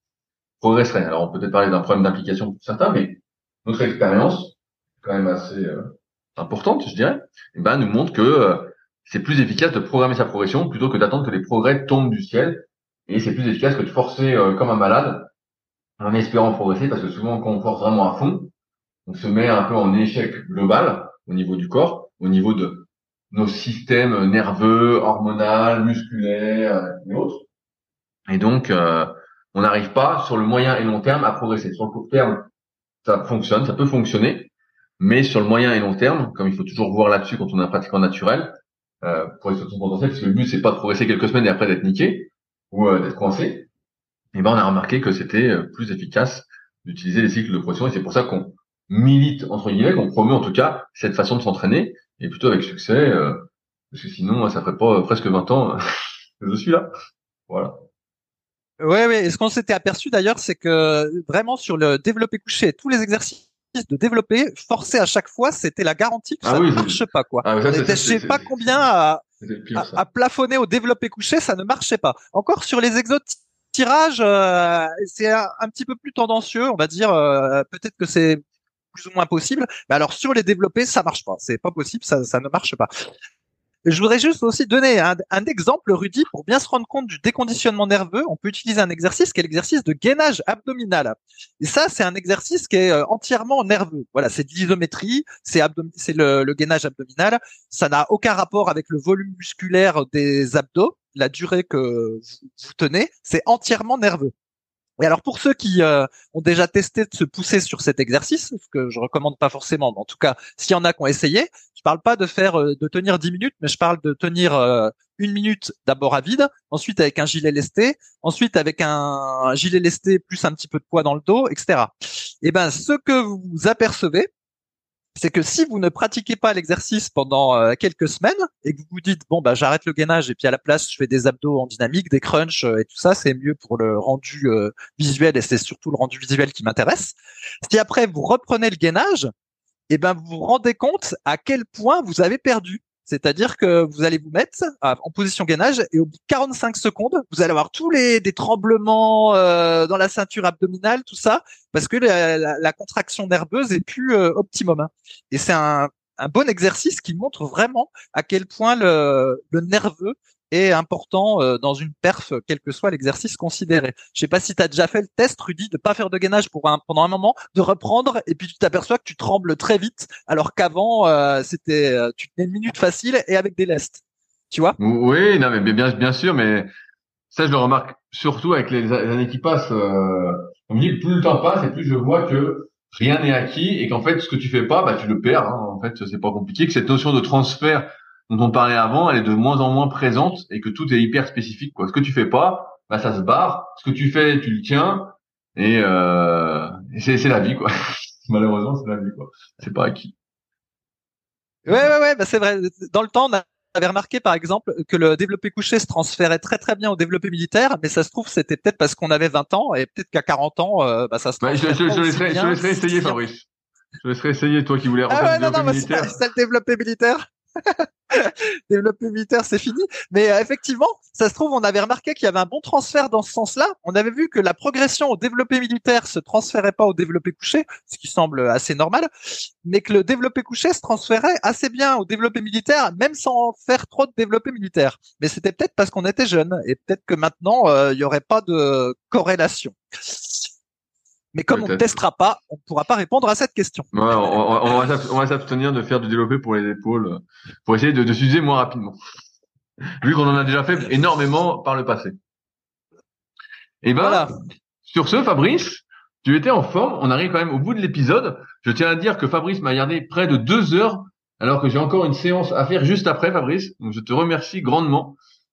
A: Alors, on peut peut-être parler d'un problème d'implication pour certains, mais notre expérience, quand même assez importante, je dirais, nous montre que c'est plus efficace de programmer sa progression plutôt que d'attendre que les progrès tombent du ciel. Et c'est plus efficace que de forcer comme un malade en espérant progresser, parce que souvent, quand on force vraiment à fond, on se met un peu en échec global au niveau du corps, au niveau de nos systèmes nerveux, hormonaux, musculaires et autres. Et donc, on n'arrive pas sur le moyen et long terme à progresser. Sur le court terme, ça fonctionne, ça peut fonctionner, mais sur le moyen et long terme, comme il faut toujours voir là-dessus quand on est un pratiquant naturel, pour exploiter son potentiel, parce que le but c'est pas de progresser quelques semaines et après d'être niqué ou d'être coincé, et on a remarqué que c'était plus efficace d'utiliser les cycles de progression, et c'est pour ça qu'on milite entre guillemets, qu'on promeut en tout cas cette façon de s'entraîner, et plutôt avec succès, parce que sinon ça ferait pas presque 20 ans que je suis là. Voilà.
B: Ouais. Et ce qu'on s'était aperçu d'ailleurs, c'est que vraiment sur le développé couché, tous les exercices de développé forcés à chaque fois, c'était la garantie que ça ne marche pas, quoi.
A: Ah,
B: on était, je sais pas combien à plafonner au développé couché, ça ne marchait pas. Encore sur les exos tirages, c'est un petit peu plus tendancieux, on va dire. Peut-être que c'est plus ou moins possible. Mais alors sur les développés, ça marche pas. C'est pas possible, ça ne marche pas. Je voudrais juste aussi donner un exemple, Rudy, pour bien se rendre compte du déconditionnement nerveux. On peut utiliser un exercice qui est l'exercice de gainage abdominal. Et ça, c'est un exercice qui est entièrement nerveux. Voilà, c'est de l'isométrie, c'est le gainage abdominal. Ça n'a aucun rapport avec le volume musculaire des abdos, la durée que vous tenez. C'est entièrement nerveux. Et alors pour ceux qui ont déjà testé de se pousser sur cet exercice, ce que je recommande pas forcément, mais en tout cas s'il y en a qui ont essayé, je parle pas de tenir 10 minutes, mais je parle de tenir 1 minute d'abord à vide, ensuite avec un gilet lesté, ensuite avec un gilet lesté plus un petit peu de poids dans le dos, etc. Et ben ce que vous apercevez, c'est que si vous ne pratiquez pas l'exercice pendant quelques semaines et que vous vous dites bon j'arrête le gainage et puis à la place je fais des abdos en dynamique, des crunchs et tout ça, c'est mieux pour le rendu visuel et c'est surtout le rendu visuel qui m'intéresse. Si après vous reprenez le gainage, et vous vous rendez compte à quel point vous avez perdu. C'est-à-dire que vous allez vous mettre en position gainage et au bout de 45 secondes, vous allez avoir des tremblements dans la ceinture abdominale, tout ça, parce que la contraction nerveuse est plus optimum. Hein. Et c'est un bon exercice qui montre vraiment à quel point le nerveux est important dans une perf, quel que soit l'exercice considéré. Je sais pas si tu as déjà fait le test, Rudy, de pas faire de gainage pendant un moment, de reprendre, et puis tu t'aperçois que tu trembles très vite, alors qu'avant, tu tenais 1 minute facile et avec des lestes. Tu vois?
A: Oui, non, mais bien sûr, mais ça, je le remarque surtout avec les années qui passent. On me dit que plus le temps passe et plus je vois que rien n'est acquis et qu'en fait, ce que tu fais pas, tu le perds. Hein. En fait, c'est pas compliqué, que cette notion de transfert dont on parlait avant, elle est de moins en moins présente et que tout est hyper spécifique, quoi. Ce que tu fais pas, ça se barre. Ce que tu fais, tu le tiens et c'est la vie, quoi. Malheureusement, c'est la vie, quoi. C'est pas acquis.
B: Ouais, c'est vrai. Dans le temps, on avait remarqué, par exemple, que le développé couché se transférait très très bien au développé militaire, mais ça se trouve, c'était peut-être parce qu'on avait 20 ans et peut-être qu'à 40 ans, ça se transfère
A: je laisserai essayer, Fabrice. Je laisserai essayer, toi qui voulais refaire le développé militaire.
B: C'est le développé militaire. Développé militaire, c'est fini. Mais effectivement, ça se trouve, on avait remarqué qu'il y avait un bon transfert dans ce sens-là. On avait vu que la progression au développé militaire se transférait pas au développé couché, ce qui semble assez normal, mais que le développé couché se transférait assez bien au développé militaire, même sans faire trop de développé militaire. Mais c'était peut-être parce qu'on était jeune, et peut-être que maintenant, il y aurait pas de corrélation. Mais comme on ne
A: Peut-être.
B: testera pas, on ne pourra pas répondre à cette question.
A: Ouais, on va s'abstenir de faire du développé pour les épaules, pour essayer de s'user moins rapidement. Vu qu'on en a déjà fait énormément par le passé. Et ben,
B: Voilà.
A: sur ce, Fabrice, tu étais en forme. On arrive quand même au bout de l'épisode. Je tiens à dire que Fabrice m'a gardé près de 2 heures, alors que j'ai encore une séance à faire juste après, Fabrice. Donc, je te remercie grandement.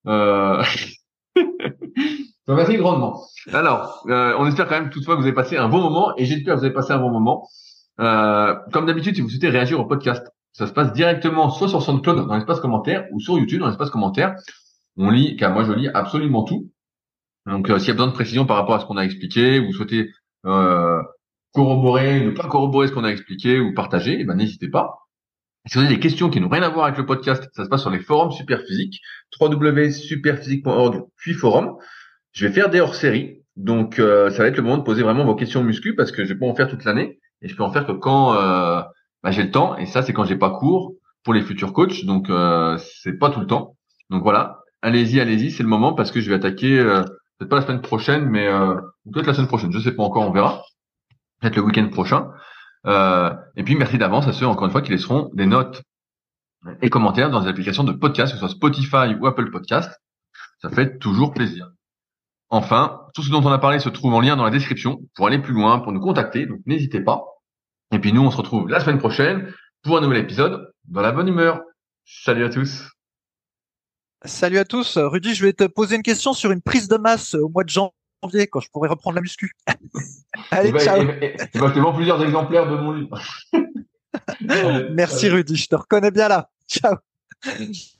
A: Je te remercie grandement. Alors, on espère quand même toutefois que vous avez passé un bon moment, et j'espère que vous avez passé un bon moment. Comme d'habitude, si vous souhaitez réagir au podcast, ça se passe directement soit sur SoundCloud dans l'espace commentaire ou sur YouTube dans l'espace commentaire. On lit, car moi je lis absolument tout. Donc, s'il y a besoin de précision par rapport à ce qu'on a expliqué, vous souhaitez corroborer, ne pas corroborer ce qu'on a expliqué ou partager, eh ben n'hésitez pas. Si vous avez des questions qui n'ont rien à voir avec le podcast, ça se passe sur les forums Superphysique, www.superphysique.org puis forum. Je vais faire des hors-séries, donc ça va être le moment de poser vraiment vos questions muscu parce que je vais pas en faire toute l'année et je peux en faire que quand j'ai le temps, et ça c'est quand j'ai pas cours pour les futurs coachs, donc c'est pas tout le temps. Donc voilà, allez-y, c'est le moment parce que je vais attaquer peut-être pas la semaine prochaine, mais peut-être la semaine prochaine, je sais pas encore, on verra. Peut-être le week-end prochain. Et puis merci d'avance à ceux encore une fois qui laisseront des notes et commentaires dans les applications de podcast, que ce soit Spotify ou Apple Podcast. Ça fait toujours plaisir. Enfin, tout ce dont on a parlé se trouve en lien dans la description pour aller plus loin, pour nous contacter, donc n'hésitez pas. Et puis nous, on se retrouve la semaine prochaine pour un nouvel épisode dans la bonne humeur. Salut à tous.
B: Salut à tous. Rudy, je vais te poser une question sur une prise de masse au mois de janvier, quand je pourrai reprendre la muscu. Allez, ciao.
A: Je te vends plusieurs exemplaires de mon livre.
B: Merci Rudy, je te reconnais bien là. Ciao.